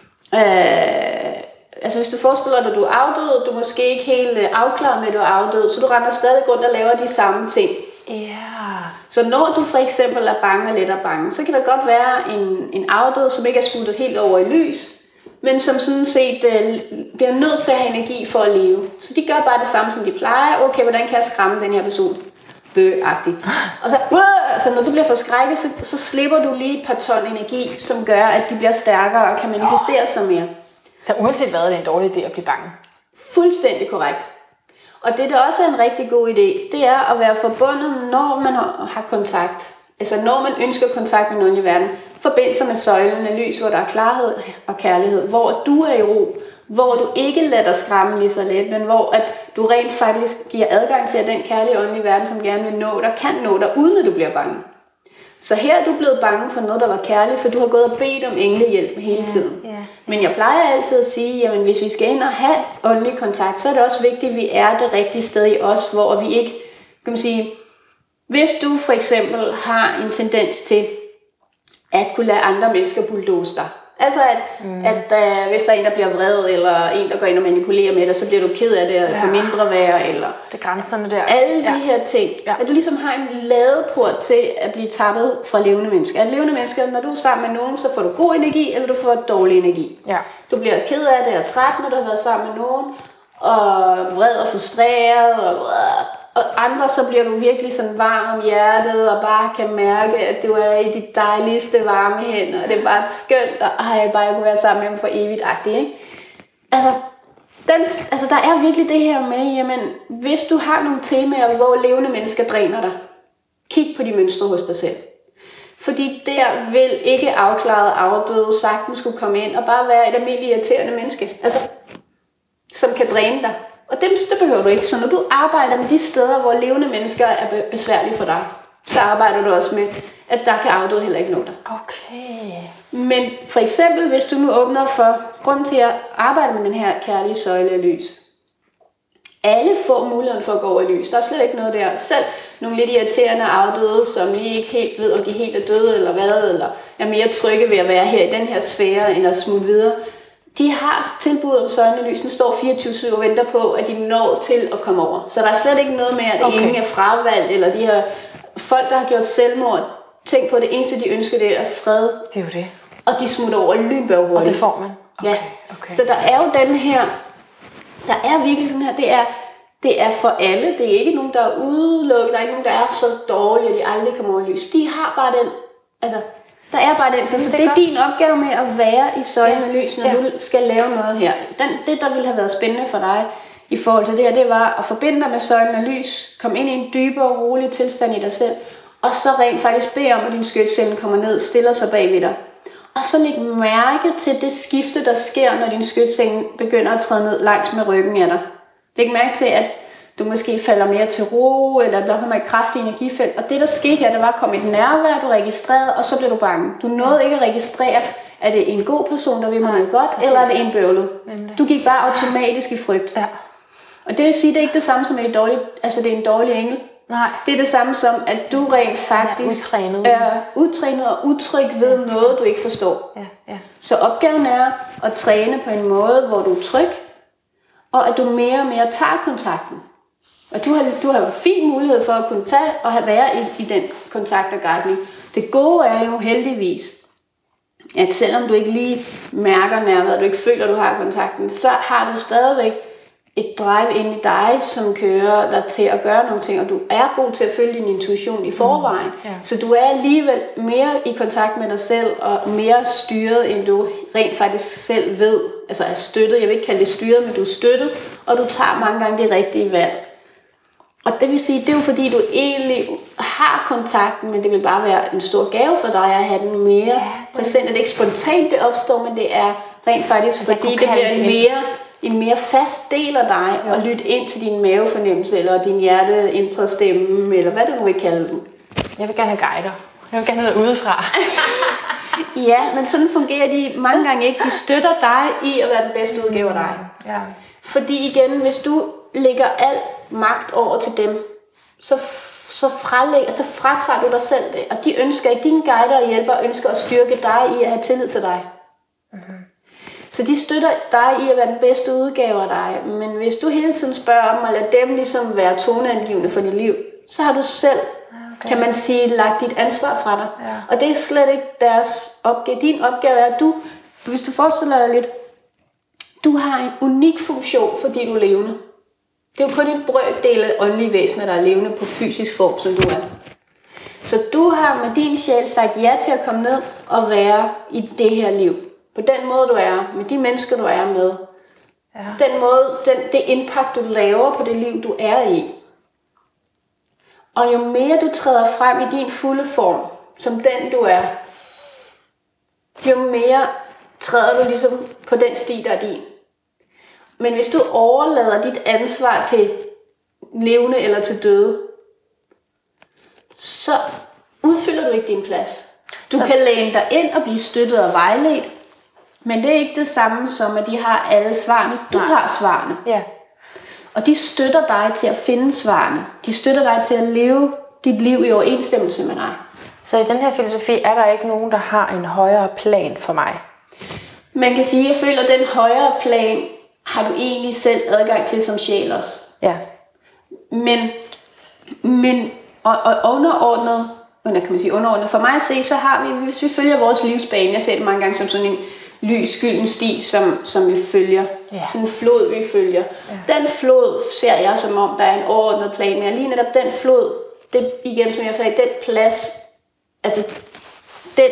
Øh, altså hvis du forestiller dig, at du er afdød, du er måske ikke helt afklaret med, at du er afdød, så du render stadig rundt og laver de samme ting. Yeah. Så når du for eksempel er bange og lettere bange, så kan der godt være en, en afdød, som ikke er smuttet helt over i lys, men som sådan set øh, bliver nødt til at have energi for at leve. Så de gør bare det samme, som de plejer. Okay, hvordan kan jeg skræmme den her person? Bøh-agtigt. Og så, øh, så når du bliver forskrækket, så, så slipper du lige et par ton energi, som gør, at de bliver stærkere og kan manifestere sig mere. Så uanset hvad, er det en dårlig idé at blive bange? Fuldstændig korrekt. Og det, der også er en rigtig god idé, det er at være forbundet, når man har, har kontakt. Altså når man ønsker kontakt med nogen i verden. Forbind sig med søjlen af lys, hvor der er klarhed og kærlighed. Hvor du er i ro. Hvor du ikke lader dig skræmme lige så let, men hvor at du rent faktisk giver adgang til, at den kærlige åndelige verden, som gerne vil nå dig, kan nå dig, uden at du bliver bange. Så her er du blevet bange for noget, der var kærligt, for du har gået og bedt om englehjælp hele tiden. Yeah, yeah. Men jeg plejer altid at sige, jamen hvis vi skal ind og have åndelig kontakt, så er det også vigtigt, at vi er det rigtige sted i os, hvor vi ikke, kan man sige, hvis du for eksempel har en tendens til at kunne lade andre mennesker bulldoze dig. Altså at, mm. at uh, hvis der er en, der bliver vred, eller en, der går ind og manipulerer med dig, så bliver du ked af det, eller ja. for mindre værd, eller det er grænserne der. Alle ja. de her ting. Ja. At du ligesom har en ladeport til at blive tappet fra levende mennesker. At levende mennesker, når du er sammen med nogen, så får du god energi, eller du får dårlig energi. Ja. Du bliver ked af det og træt, når du har været sammen med nogen, og vred og frustreret, og Og andre, så bliver du virkelig sådan varm om hjertet, og bare kan mærke, at du er i de dejligste varme hænder, og det er bare skønt, og ej, bare jeg kunne være sammen med dem for evigt-agtigt, ikke? Altså, den, altså, der er virkelig det her med, jamen, hvis du har nogle temaer, hvor levende mennesker dræner dig, kig på de mønstre hos dig selv. Fordi der vil ikke afklaret afdøde sagtens skulle komme ind, og bare være et almindeligt irriterende menneske, altså, som kan dræne dig. Og det, det behøver du ikke. Så når du arbejder med de steder, hvor levende mennesker er besværlige for dig, så arbejder du også med, at der kan afdøde heller ikke nå dig. Okay. Men for eksempel, hvis du nu åbner for grund til at arbejde med den her kærlige søjle af lys. Alle får muligheden for at gå over i lys. Der er slet ikke noget der. Selv nogle lidt irriterende afdøde, som lige ikke helt ved, om de helt er døde eller hvad, eller er mere trygge ved at være her i den her sfære, end at smutte videre. De har tilbud om søjlelys. Den står fireogtyve syv og venter på, at de når til at komme over. Så der er slet ikke noget med, at okay. ingen er fravalgt, eller de her folk, der har gjort selvmord. Tænk på, det eneste, de ønsker, det er fred. Det er jo det. Og de smutter over lynbørhurtigt. Og det får man? Okay. Ja. Okay. Så der er jo den her, der er virkelig sådan her, det er, det er for alle. Det er ikke nogen, der er udelukket. Der er ikke nogen, der er så dårlige, at de aldrig kommer over lys. De har bare den, altså... Der er bare den, så, så det, det er din opgave med at være i søjlen af lys, når ja. du skal lave noget her. Den, det, der ville have været spændende for dig i forhold til det her, det var at forbinde dig med søjlen af lys, komme ind i en dybere og rolig tilstand i dig selv, og så rent faktisk bede om, at din skytscelle kommer ned, stiller sig bag ved dig. Og så læg mærke til det skifte, der sker, når din skytscelle begynder at træde ned langs med ryggen af dig. Læg mærke til, at du måske falder mere til ro, eller bliver med et kraftigt energifelt. Og det, der skete her, det var at komme et nærvær, du registrerede, og så blev du bange. Du nåede ikke at registrere, er det en god person, der vil mig noget godt, præcis. Eller er det en bøvlet. Du gik bare automatisk i frygt. Ja. Og det vil sige, det er ikke det samme som en dårlig, altså det er en dårlig engel. Nej. Det er det samme som, at du rent faktisk er udtrænet, er udtrænet og utryg ved ja. noget, du ikke forstår. Ja. Ja. Så opgaven er at træne på en måde, hvor du er tryg, og at du mere og mere tager kontakten. Og du har, du har jo fin mulighed for at kunne tage og have været i, i den kontakt og guidning. Det gode er jo heldigvis, at selvom du ikke lige mærker nærværet, du ikke føler, du har kontakten, så har du stadigvæk et drive ind i dig, som kører dig til at gøre nogle ting, og du er god til at følge din intuition i forvejen. Mm, yeah. Så du er alligevel mere i kontakt med dig selv, og mere styret, end du rent faktisk selv ved. Altså er støttet, jeg vil ikke kalde det styret, men du er støttet, og du tager mange gange det rigtige valg. Og det vil sige, det er jo fordi, du egentlig har kontakten, men det vil bare være en stor gave for dig at have den mere ja, præsent. Det er ikke spontant, det opstår, men det er rent faktisk, altså, fordi det bliver en mere, en mere fast del af dig, ja. At lytte ind til din mavefornemmelse, eller din hjerte, indre stemme, eller hvad du nu vil kalde den. Jeg vil gerne have guider. Jeg vil gerne have udefra. Ja, men sådan fungerer de mange gange ikke. De støtter dig i at være den bedste udgave af dig. Ja. Fordi igen, hvis du lægger al magt over til dem, så, så, frelægger, så fratager du dig selv det. Og de ønsker ikke, dine guider og hjælpere ønsker at styrke dig i at have tillid til dig. Mm-hmm. Så de støtter dig i at være den bedste udgave af dig. Men hvis du hele tiden spørger dem og lader dem ligesom være toneangivende for dit liv, så har du selv, okay. kan man sige, lagt dit ansvar fra dig. Ja. Og det er slet ikke deres opgave. Din opgave er, at du, hvis du forestiller dig lidt, du har en unik funktion, fordi du er levende. Det er jo kun en brøkdel af åndelige væsener, der er levende på fysisk form, som du er. Så du har med din sjæl sagt ja til at komme ned og være i det her liv. På den måde, du er, med de mennesker, du er med. Ja. Den måde, den, det impact, du laver på det liv, du er i. Og jo mere du træder frem i din fulde form, som den du er, jo mere træder du ligesom på den sti, der er din. Men hvis du overlader dit ansvar til levende eller til døde, så udfylder du ikke din plads. Du så... kan læne dig ind og blive støttet og vejledt, men det er ikke det samme som, at de har alle svarene. Du Nej. har svarene. Ja. Og de støtter dig til at finde svarene. De støtter dig til at leve dit liv i overensstemmelse med dig. Så i den her filosofi er der ikke nogen, der har en højere plan for mig? Man kan sige, at jeg føler, at den højere plan har du egentlig selv adgang til som sjæl også. Ja. Men, men og, og underordnet, kan man sige underordnet, for mig at se, så har vi, hvis vi følger vores livsbane, jeg ser det mange gange som sådan en lys, gylden sti, som, som vi følger. Ja. Sådan en flod, vi følger. Ja. Den flod ser jeg som om, der er en overordnet plan, men lige netop den flod, det igen, som jeg sagde, den plads, altså den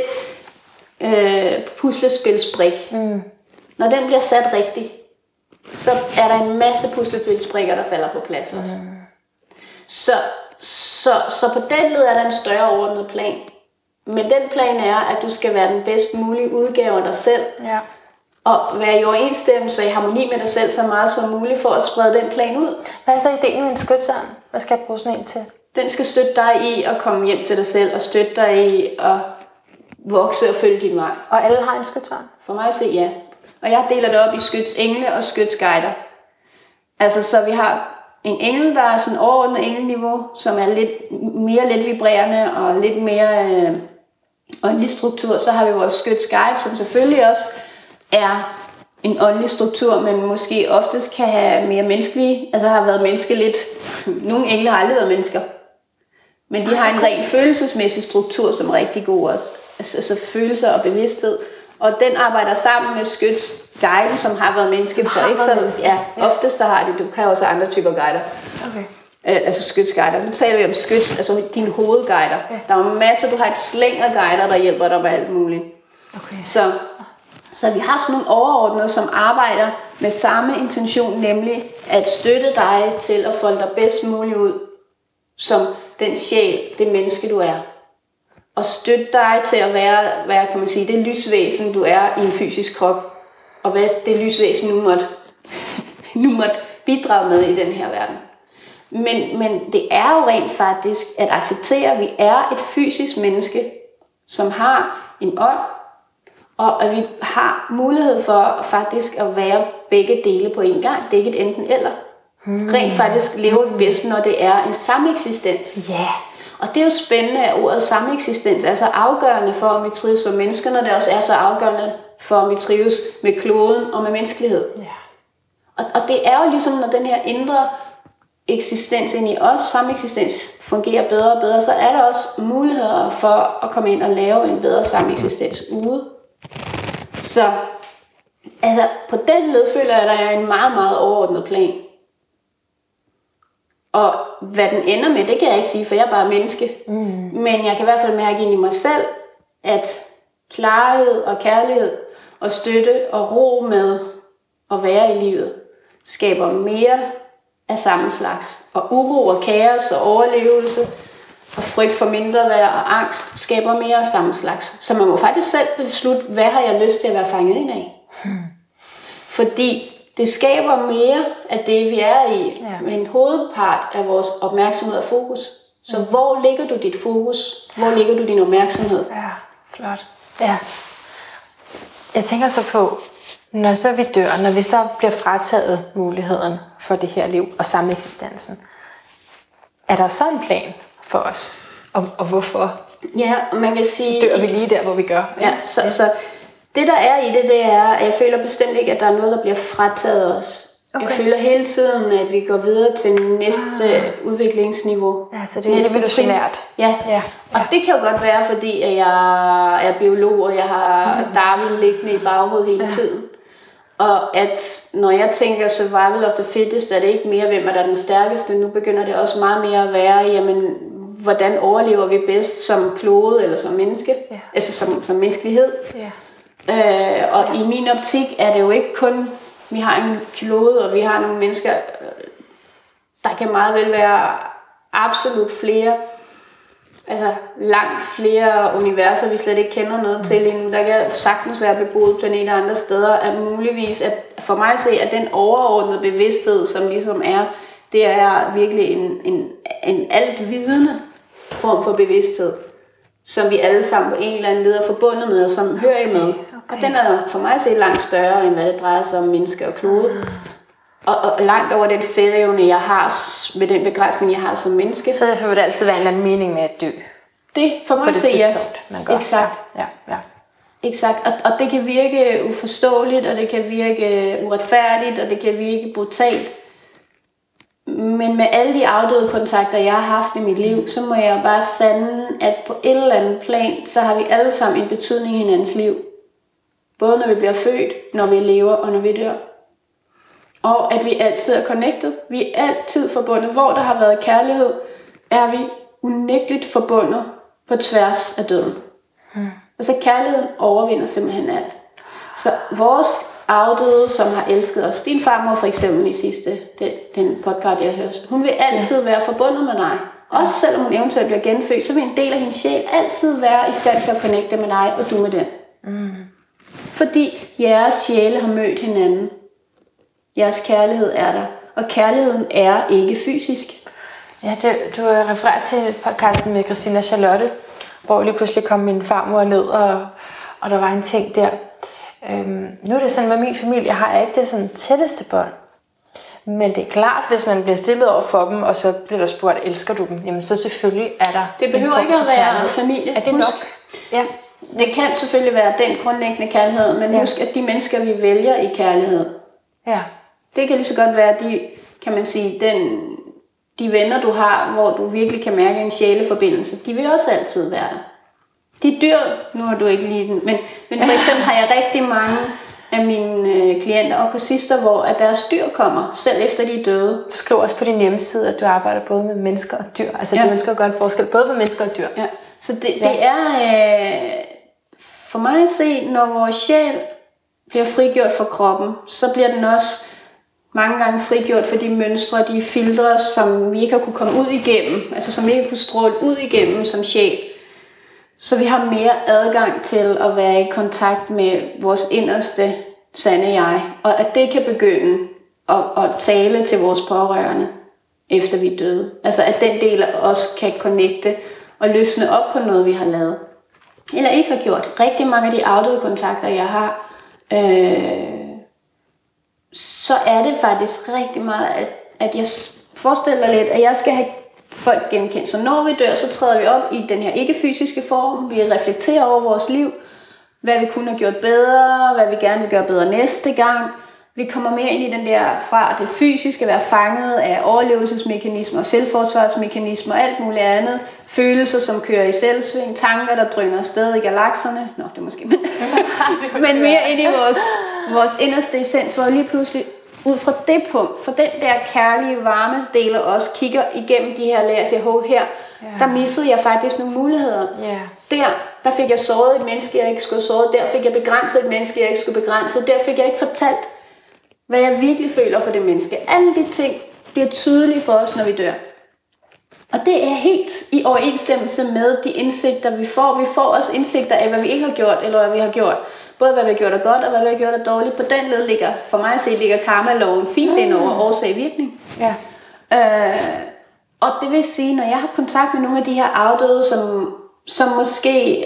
øh, puslespilsbrik, mm. når den bliver sat rigtigt, så er der en masse puslespilsbrikker, der falder på plads også. Mm. Så, så, så på den led er der en større overordnet plan. Men den plan er, at du skal være den bedst mulige udgave af dig selv. Ja. Og være i overensstemmelse og i harmoni med dig selv så meget som muligt for at sprede den plan ud. Hvad er så ideen med en skytsørn? Hvad skal jeg bruge sådan en til? Den skal støtte dig i at komme hjem til dig selv og støtte dig i at vokse og følge din vej. Og alle har en skytsørn? For mig at se, ja. Og jeg deler det op i skytsengle og skytsguider. Altså, så vi har en engel, der er sådan overordnet engelniveau, som er lidt mere let vibrerende og lidt mere øh, åndelig struktur. Så har vi vores skytsguide, som selvfølgelig også er en åndelig struktur, men måske oftest kan have mere menneskelige, altså har været menneske lidt. Nogle engle har aldrig været mennesker. Men de har en ren følelsesmæssig struktur, som er rigtig god også. Altså, altså følelser og bevidsthed. Og den arbejder sammen med skytsguiden, som har været menneske for ikke så. Ja, oftest så har de, du kan også have andre typer guider. Okay. Øh, altså skytsguider. Nu taler vi om skyts, altså dine hovedguider. Ja. Der er masser, du har et slæng af guider, der hjælper dig med alt muligt. Okay. Så, så vi har sådan nogle overordnede, som arbejder med samme intention, nemlig at støtte dig til at folde dig bedst muligt ud, som den sjæl, det menneske du er. Og støtte dig til at være, være, kan man sige, det lysvæsen, du er i en fysisk krop. Og hvad det lysvæsen nu måtte, nu måtte bidrage med i den her verden. Men, men det er jo rent faktisk at acceptere, at vi er et fysisk menneske, som har en ånd, og at vi har mulighed for faktisk at være begge dele på en gang. Det er ikke et enten eller. Hmm. Rent faktisk lever vi bedst, når det er en sameksistens. Ja. Yeah. Og det er jo spændende, at ordet sameksistens er så afgørende for, om vi trives som mennesker, når det også er så afgørende for, om vi trives med kloden og med menneskelighed. Ja. Og, og det er jo ligesom, når den her indre eksistens ind i os, sameksistens, fungerer bedre og bedre, så er der også muligheder for at komme ind og lave en bedre sameksistens ude. Så altså, på den led føler jeg, at der er en meget, meget overordnet plan. Og hvad den ender med, det kan jeg ikke sige, for jeg er bare menneske. Mm. Men jeg kan i hvert fald mærke ind i mig selv, at klarhed og kærlighed og støtte og ro med at være i livet, skaber mere af samme slags. Og uro og kaos og overlevelse og frygt for mindreværd og angst skaber mere af samme slags. Så man må faktisk selv beslutte, hvad har jeg lyst til at være fanget ind af. Hmm. Fordi det skaber mere af det, vi er i, ja. Med en hovedpart af vores opmærksomhed og fokus. Så mm. hvor ligger du dit fokus? Hvor ligger du din opmærksomhed? Ja, flot. Ja. Jeg tænker så på, når så vi dør, når vi så bliver frataget muligheden for det her liv og sameksistensen, er der så en plan for os? Og, og hvorfor? Ja, man kan sige... Dør vi lige der, hvor vi gør? Ja, så, ja. så det der er i det, det er, at jeg føler bestemt ikke, at der er noget, der bliver frataget os. Okay. Jeg føler hele tiden, at vi går videre til næste ah. udviklingsniveau. Ja, så det er evolutionært. Ja. ja, og det kan jo godt være, fordi at jeg er biolog, og jeg har mm. Darwin liggende i baghovedet hele ja. tiden. Og at når jeg tænker survival of the fittest, er det ikke mere, hvem er der den stærkeste. Nu begynder det også meget mere at være, jamen, hvordan overlever vi bedst som klode eller som menneske? Ja. Altså som, som menneskelighed. Ja. Øh, og ja. i min optik er det jo ikke kun... Vi har en klode, og vi har nogle mennesker, der kan meget vel være absolut flere, altså langt flere universer, vi slet ikke kender noget til endnu. Der kan sagtens være beboede planeter andre steder, at muligvis, at for mig at se, at den overordnede bevidsthed, som ligesom er, det er virkelig en, en, en altvidende form for bevidsthed, som vi alle sammen på en eller anden led er forbundet med, og som hører I med. Okay. Og den er for mig at se langt større, end hvad det drejer sig om menneske og klode. Og, og langt over den fældeevne, jeg har med den begrænsning, jeg har som menneske. Så derfor vil det altid være en eller anden mening med at dø. Det for mig at se, ja. Man gør. Exakt. Ja, ja. Exakt. Og, og det kan virke uforståeligt, og det kan virke uretfærdigt, og det kan virke brutalt. Men med alle de afdøde kontakter, jeg har haft i mit liv, så må jeg bare sande, at på et eller andet plan, så har vi alle sammen en betydning i hinandens liv. Både når vi bliver født, når vi lever og når vi dør. Og at vi altid er connected. Vi er altid forbundet. Hvor der har været kærlighed, er vi unægteligt forbundet på tværs af døden. Hmm. Altså kærligheden overvinder simpelthen alt. Så vores afdøde, som har elsket os. Din farmor for eksempel i sidste, den, den podcast jeg hørte, hun vil altid ja. være forbundet med dig. Også selvom hun eventuelt bliver genfødt, så vil en del af hendes sjæl altid være i stand til at connecte med dig, og du med den. Mm. Fordi jeres sjæle har mødt hinanden. Jeres kærlighed er der. Og kærligheden er ikke fysisk. Ja, det, du refererer til podcasten med Christina Charlotte, hvor lige pludselig kom min farmor ned, og, og der var en ting der. Øhm, nu er det sådan, med min familie har jeg ikke det sådan tætteste bånd. Men det er klart, hvis man bliver stillet over for dem, og så bliver der spurgt, elsker du dem? Jamen så selvfølgelig er der. Det behøver ikke at være familie. Er det husk, nok? Ja. Det kan selvfølgelig være den grundlæggende kærlighed, men ja. husk, at de mennesker, vi vælger i kærlighed, ja. det kan lige så godt være, de, kan man sige, den, de venner, du har, hvor du virkelig kan mærke en sjæleforbindelse, de vil også altid være der. De dyr, nu har du ikke lige den, men, men for eksempel har jeg rigtig mange af mine øh, klienter og kursister, hvor at deres dyr kommer, selv efter de er døde. Du skriver også på din hjemmeside, at du arbejder både med mennesker og dyr. Altså ja. du ønsker at gøre en forskel, både for mennesker og dyr. Ja. Så det, ja. det er øh, for mig at se, når vores sjæl bliver frigjort fra kroppen, så bliver den også mange gange frigjort for de mønstre, de filtre, som vi ikke har kunne komme ud igennem, altså som vi ikke har kunne stråle ud igennem som sjæl. Så vi har mere adgang til at være i kontakt med vores inderste sande jeg, og at det kan begynde at, at tale til vores pårørende, efter vi er døde. Altså at den del af os kan connecte og løsne op på noget, vi har lavet. Eller ikke har gjort. Rigtig mange af de afdøde kontakter, jeg har, øh, så er det faktisk rigtig meget, at, at jeg forestiller lidt, at jeg skal have folk genkendt. Så når vi dør, så træder vi op i den her ikke-fysiske form. Vi reflekterer over vores liv, hvad vi kunne have gjort bedre, hvad vi gerne vil gøre bedre næste gang. Vi kommer mere ind i den der fra det fysiske, være fanget af overlevelsesmekanismer, selvforsvarsmekanismer og alt muligt andet. Følelser, som kører i selvsving, tanker, der drøner afsted i galakserne. Nå, det er måske, men, men mere ind i vores, vores inderste essens, hvor lige pludselig ud fra det punkt, for den der kærlige, varme del af os, kigger igennem de her lag og siger, hov, her, yeah. der missede jeg faktisk nogle muligheder. Yeah. Der, der fik jeg såret et menneske, jeg ikke skulle såret. Der fik jeg begrænset et menneske, jeg ikke skulle begrænse. Der fik jeg ikke fortalt, hvad jeg virkelig føler for det menneske. Alle de ting bliver tydelige for os, når vi dør. Og det er helt i overensstemmelse med de indsigter, vi får. Vi får også indsigter af, hvad vi ikke har gjort, eller hvad vi har gjort. Både hvad vi har gjort af godt, og hvad vi har gjort af dårligt. På den led ligger, for mig at se, ligger karma-loven fint ind over årsag-virkning. Ja. Øh, og det vil sige, når jeg har kontakt med nogle af de her afdøde, som, som måske,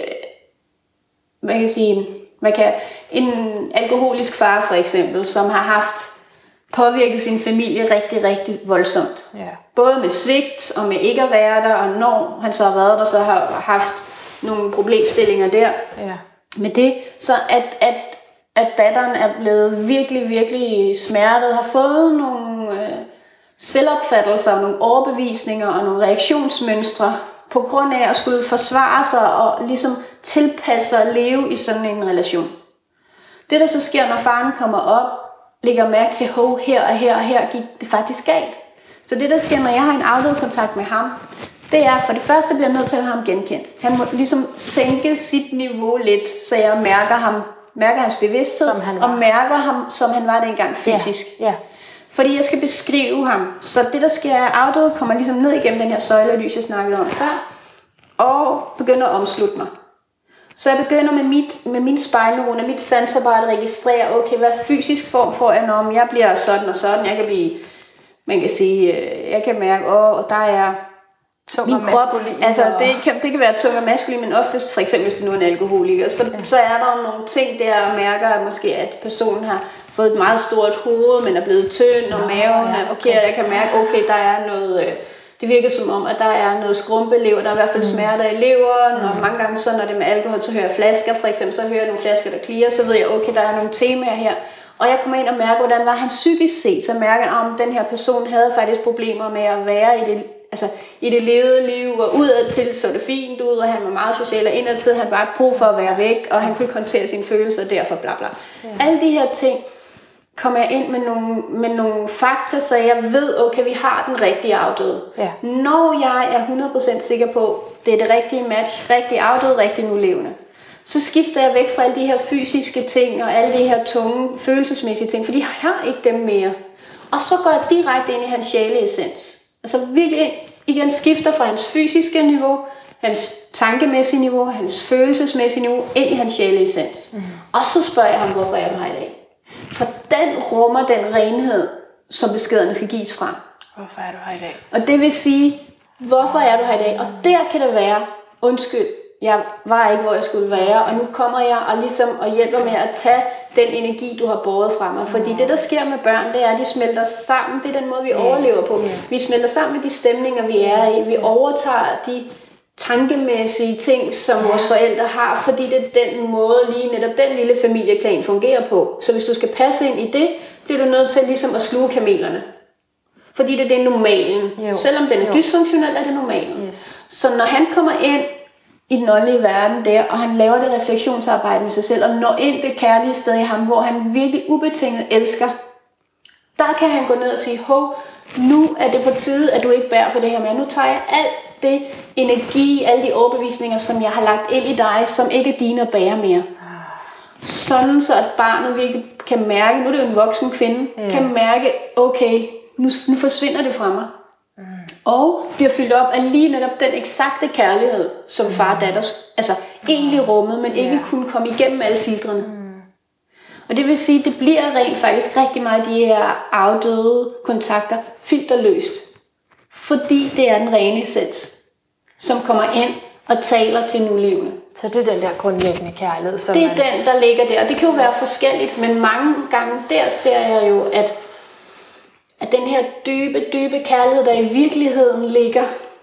hvad kan jeg sige, hvad kan, en alkoholisk far for eksempel, som har haft påvirket sin familie rigtig, rigtig voldsomt. Ja. Både med svigt og med ikke at være der, og når han så har været der, så har haft nogle problemstillinger der. Ja. Med det, så at, at, at datteren er blevet virkelig, virkelig smertet, har fået nogle øh, selvopfattelser, nogle overbevisninger og nogle reaktionsmønstre, på grund af at skulle forsvare sig og ligesom tilpasse sig at leve i sådan en relation. Det der så sker, når faren kommer op, lægger mærke til, hov, her og her og her gik det faktisk galt. Så det der sker, når jeg har en afdød kontakt med ham, det er, for det første bliver jeg nødt til at have ham genkendt. Han må ligesom sænke sit niveau lidt, så jeg mærker ham, mærker hans bevidsthed, som han var. og mærker ham, som han var dengang fysisk. Ja. Ja. Fordi jeg skal beskrive ham. Så det der sker, er, at afdøde kommer ligesom ned igennem den her søjle af lys, jeg snakkede om før, og begynder at omslutte mig. Så jeg begynder med, mit, med min spejlneurone, mit sansarbejde at registrere, okay, hvad fysisk form får jeg, når jeg bliver sådan og sådan. Jeg kan blive, man kan sige, jeg kan mærke, åh, der er tung min og krop, maskulin. altså og... det kan, det kan være tung og maskulin, men oftest, for eksempel hvis det nu er en alkoholiker, så, ja. så er der nogle ting der, og mærker at måske, at personen har fået et meget stort hoved, men er blevet tynd, og Nå, maven ja, er forkert. Okay. Jeg kan mærke, okay, der er noget, det virker som om, at der er noget skrumpelever, der er i hvert fald mm. smerter i leveren, mm. og mange gange så, når det er med alkohol, så hører jeg flasker, for eksempel, så hører jeg nogle flasker, der klirer, så ved jeg, okay, der er nogle temaer her. Og jeg kommer ind og mærker, hvordan var han psykisk set, så mærker jeg, at den her person havde faktisk problemer med at være i det, altså, i det levede liv, og udadtil så det fint ud, og han var meget social, og indadtil han bare brug for at være væk, og han kunne håndtere sine følelser, og derfor bla bla. Ja. Alle de her ting kommer jeg ind med nogle, med nogle fakta, så jeg ved, okay, vi har den rigtige afdøde. Ja. Når jeg er hundrede procent sikker på, det er det rigtige match, rigtig afdøde, rigtig nulevende, så skifter jeg væk fra alle de her fysiske ting, og alle de her tunge, følelsesmæssige ting, fordi jeg har ikke dem mere. Og så går jeg direkte ind i hans sjæleessens. Altså virkelig igen skifter fra hans fysiske niveau, hans tankemæssige niveau, hans følelsesmæssige niveau, ind i hans sjæleessens. Mm. Og så spørger jeg ham, hvorfor jeg er her i dag. For den rummer den renhed, som beskederne skal gives fra. Hvorfor er du her i dag? Og det vil sige, hvorfor er du her i dag? Og der kan det være, undskyld, jeg var ikke, hvor jeg skulle være, og nu kommer jeg og, ligesom, og hjælper med at tage den energi, du har båret fra mig. Fordi det, der sker med børn, det er, at de smelter sammen. Det er den måde, vi overlever på. Vi smelter sammen med de stemninger, vi er i. Vi overtager de tankemæssige ting, som ja. vores forældre har, fordi det er den måde, lige netop den lille familieklan fungerer på. Så hvis du skal passe ind i det, bliver du nødt til ligesom at sluge kamelerne. Fordi det er det normalen. Jo. Selvom den er jo. dysfunktionel, er det normalen. Yes. Så når han kommer ind i den åndelige verden der, og han laver det refleksionsarbejde med sig selv, og når ind det kærlige sted i ham, hvor han virkelig ubetinget elsker, der kan han gå ned og sige, hov, nu er det på tide, at du ikke bærer på det her mere. Nu tager jeg alt det energi, alle de overbevisninger, som jeg har lagt ind i dig, som ikke er dine at bære mere. Sådan så, at barnet virkelig kan mærke, nu er det jo en voksen kvinde, ja. kan mærke, okay, nu, nu forsvinder det fra mig. Mm. Og bliver fyldt op af lige netop den eksakte kærlighed, som far og datter, altså mm. egentlig rummet, men ikke yeah. kunne komme igennem alle filtrene. Mm. Og det vil sige, det bliver rent faktisk rigtig meget de her afdøde kontakter filterløst. Fordi det er den rene essens, som kommer ind og taler til nulevende. Så det er den der grundlæggende kærlighed, som det er man... den, der ligger der. Og det kan jo være forskelligt, men mange gange der ser jeg jo, at at den her dybe, dybe kærlighed, der i virkeligheden ligger,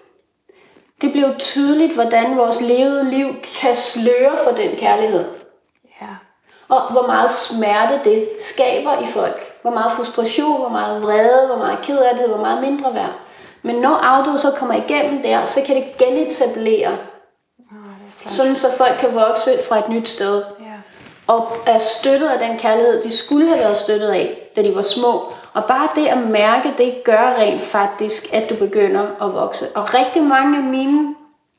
det bliver tydeligt, hvordan vores levede liv kan sløre for den kærlighed. Ja. Og hvor meget smerte det skaber i folk. Hvor meget frustration, hvor meget vrede, hvor meget kederlighed, hvor meget mindre værd. Men når afdøde så kommer igennem der, så kan det genetablere, oh, sådan så folk kan vokse fra et nyt sted. Ja. Og er støttet af den kærlighed, de skulle have været støttet af, da de var små. Og bare det at mærke, det gør rent faktisk, at du begynder at vokse. Og rigtig mange af mine,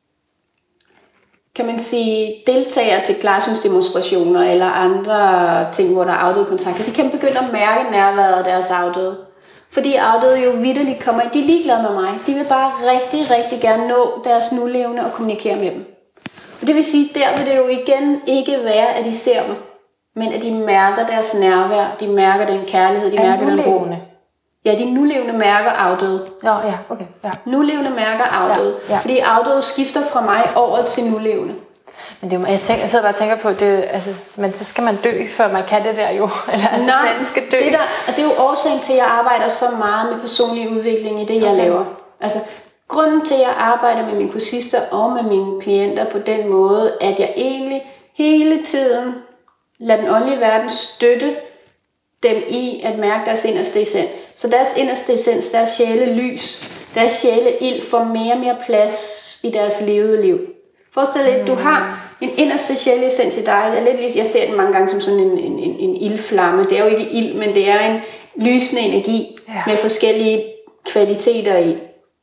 kan man sige, deltagere til klarsynsdemonstrationer eller andre ting, hvor der er afdøde kontakter, de kan begynde at mærke nærværet af deres afdøde. Fordi afdøde jo vitterligt kommer ind. De er ligeglade med mig. De vil bare rigtig, rigtig gerne nå deres nulevende og kommunikere med dem. Og det vil sige, der vil det jo igen ikke være, at de ser dem. Men at de mærker deres nærvær. De mærker den kærlighed. De er mærker den ro. Ja, de nulevende mærker afdøde. Ja, ja, okay. Ja. Nulevende mærker afdøde. Ja, ja. Fordi afdøde skifter fra mig over til nulevende. Men det, jeg, tænker, jeg sidder bare og tænker på, det, altså, men så skal man dø, før man kan det der jo. Eller altså, Nej, man skal dø. Det, der, og det er jo årsagen til, at jeg arbejder så meget med personlig udvikling i det, jeg okay. laver. Altså, grunden til, at jeg arbejder med mine kursister og med mine klienter på den måde, at jeg egentlig hele tiden lader den åndelige verden støtte dem i at mærke deres inderste essens. Så deres inderste essens, deres sjæle lys, deres sjæle ild får mere og mere plads i deres levede liv. Forestil dig, at du har en inderste sjælessens i dig. Jeg, lidt, jeg ser den mange gange som sådan en, en, en, en ildflamme. Det er jo ikke ild, men det er en lysende energi ja. med forskellige kvaliteter i,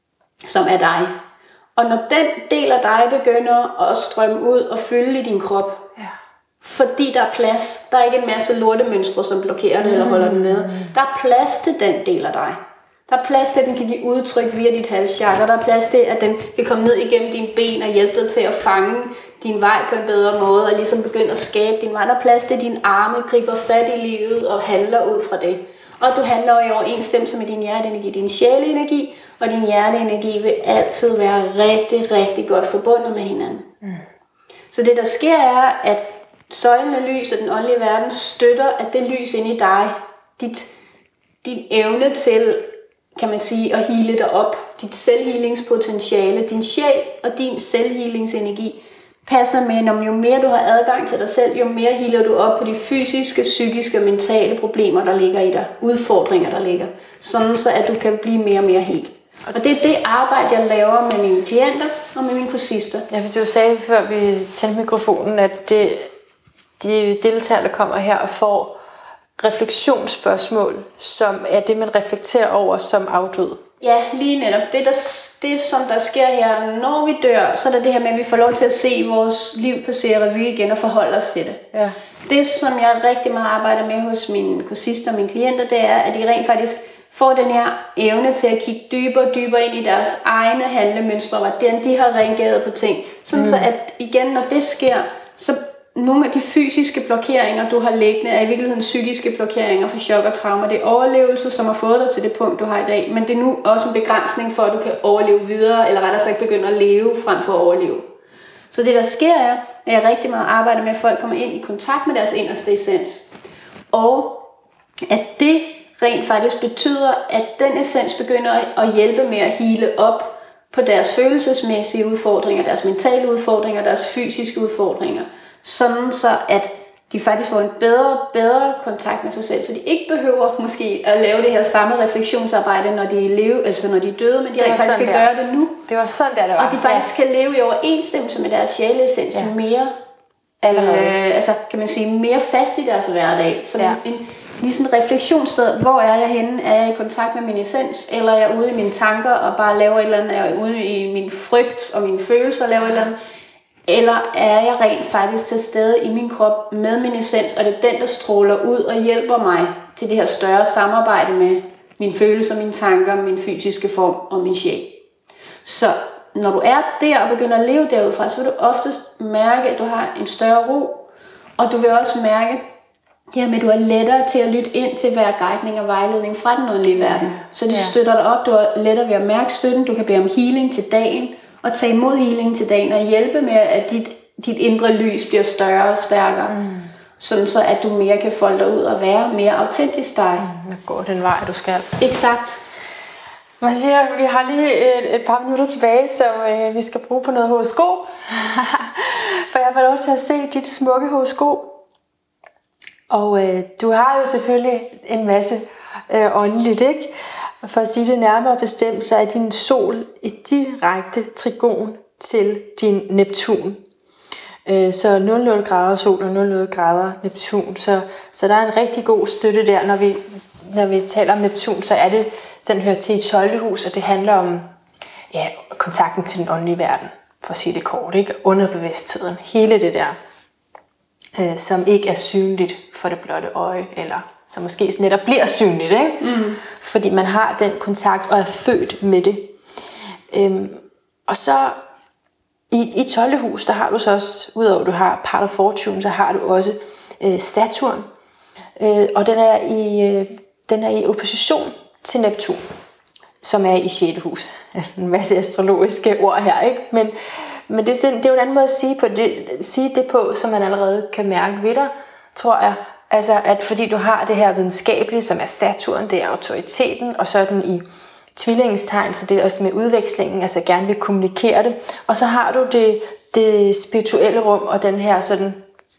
som er dig. Og når den del af dig begynder at strømme ud og fylde i din krop, ja. fordi der er plads, der er ikke en masse lortemønstre, som blokerer det eller holder den nede. Der er plads til den del af dig. Der er plads til, at den kan give udtryk via dit halschakra. Der er plads til, at den kan komme ned igennem dine ben og hjælpe dig til at fange din vej på en bedre måde, og ligesom begynde at skabe din vej. Der er plads til, at dine arme griber fat i livet og handler ud fra det. Og du handler i overensstemmelse med din hjerteenergi, din sjæleenergi, og din hjerteenergi vil altid være rigtig, rigtig godt forbundet med hinanden. Mm. Så det, der sker, er, at søjlen af lys og den åndelige verden støtter, at det lys inde i dig, dit, din evne til, kan man sige, at hele dig op, dit selvhealingspotentiale, din sjæl og din selvhealingsenergi passer med, når jo mere du har adgang til dig selv, jo mere healer du op på de fysiske, psykiske og mentale problemer, der ligger i dig, udfordringer, der ligger, sådan så at du kan blive mere og mere hel. Og det er det arbejde, jeg laver med mine klienter og med mine kursister. Ja, for du sagde før vi tændte mikrofonen, at det, de deltagere, der kommer her og får refleksionsspørgsmål, som er det, man reflekterer over som afdød. Ja, lige netop. Det, der, det som der sker her, når vi dør, så er det det her med, at vi får lov til at se vores liv passere revy igen og forholde os til det. Ja. Det, som jeg rigtig meget arbejder med hos mine kursister og mine klienter, det er, at de rent faktisk får den her evne til at kigge dybere og dybere ind i deres egne handlemønstre, hvordan de har reageret på ting. Sådan mm. så at igen, når det sker, så nogle af de fysiske blokeringer, du har liggende, er i virkeligheden psykiske blokeringer for chok og traumer. Det er overlevelse, som har fået dig til det punkt, du har i dag. Men det er nu også en begrænsning for, at du kan overleve videre, eller rettere sagt begynde at leve frem for at overleve. Så det, der sker, er, at jeg rigtig meget arbejder med, at folk kommer ind i kontakt med deres inderste essens. Og at det rent faktisk betyder, at den essens begynder at hjælpe med at hele op på deres følelsesmæssige udfordringer, deres mentale udfordringer, deres fysiske udfordringer. Sådan så, at de faktisk får en bedre bedre kontakt med sig selv, så de ikke behøver måske at lave det her samme refleksionsarbejde, når de lever, altså når de er døde, men de rent faktisk kan gøre det nu. Det var sådan der, det var. Og de faktisk ja. kan leve i overensstemmelse med deres sjæleessens ja. mere, øh, altså kan man sige, mere fast i deres hverdag. Så ja. en, lige sådan en refleksionssted, hvor er jeg henne? Er jeg i kontakt med min essens, eller er jeg ude i mine tanker og bare laver et eller andet, er jeg ude i min frygt og mine følelser og laver et eller andet? Eller er jeg rent faktisk til stede i min krop med min essens, og det er den, der stråler ud og hjælper mig til det her større samarbejde med mine følelser, mine tanker, min fysiske form og min sjæl. Så når du er der og begynder at leve derudfra, så vil du oftest mærke, at du har en større ro, og du vil også mærke, det her med, at du er lettere til at lytte ind til hver guidning og vejledning fra den åndelige verden. Så de ja. støtter dig op, du er lettere ved at mærke støtten, du kan bede om healing til dagen, og tage imod healing til dagen, og hjælpe med, at dit, dit indre lys bliver større og stærkere. Mm. Sådan så, at du mere kan folde dig ud og være mere autentisk dig. Mm, gå den vej, du skal. Exakt. Man siger, vi har lige et, et par minutter tilbage, som øh, vi skal bruge på noget horoskop. For jeg har fået lov til at se dit smukke horoskop. Og øh, du har jo selvfølgelig en masse øh, åndeligt, ikke? For at sige det nærmere bestemt, så er din sol et direkte trigon til din Neptun. Så nul nul grader sol og nul nul grader Neptun. Så, så der er en rigtig god støtte der. Når vi, når vi taler om Neptun, så er det, den hører til i tolvte hus, og det handler om ja, kontakten til den åndelige verden. For at sige det kort, ikke? Underbevidstheden. Hele det der, øh, som ikke er synligt for det blotte øje, eller som måske netop bliver synligt, ikke? Mm. Fordi man har den kontakt og er født med det. Øhm, og så i, i tolvte hus, der har du så også, udover du har part of fortune, så har du også øh, Saturn, øh, og den er, i, øh, den er i opposition til Neptun, som er i sjette hus. En masse astrologiske ord her, ikke? Men, men det, er, det er jo en anden måde at sige, på det, sige det på, som man allerede kan mærke ved dig, tror jeg. Altså, at fordi du har det her videnskabelige, som er Saturn, det er autoriteten, og så er den i tvillingens tegn, så det er også med udvekslingen, altså gerne vil kommunikere det. Og så har du det, det spirituelle rum, og den her sådan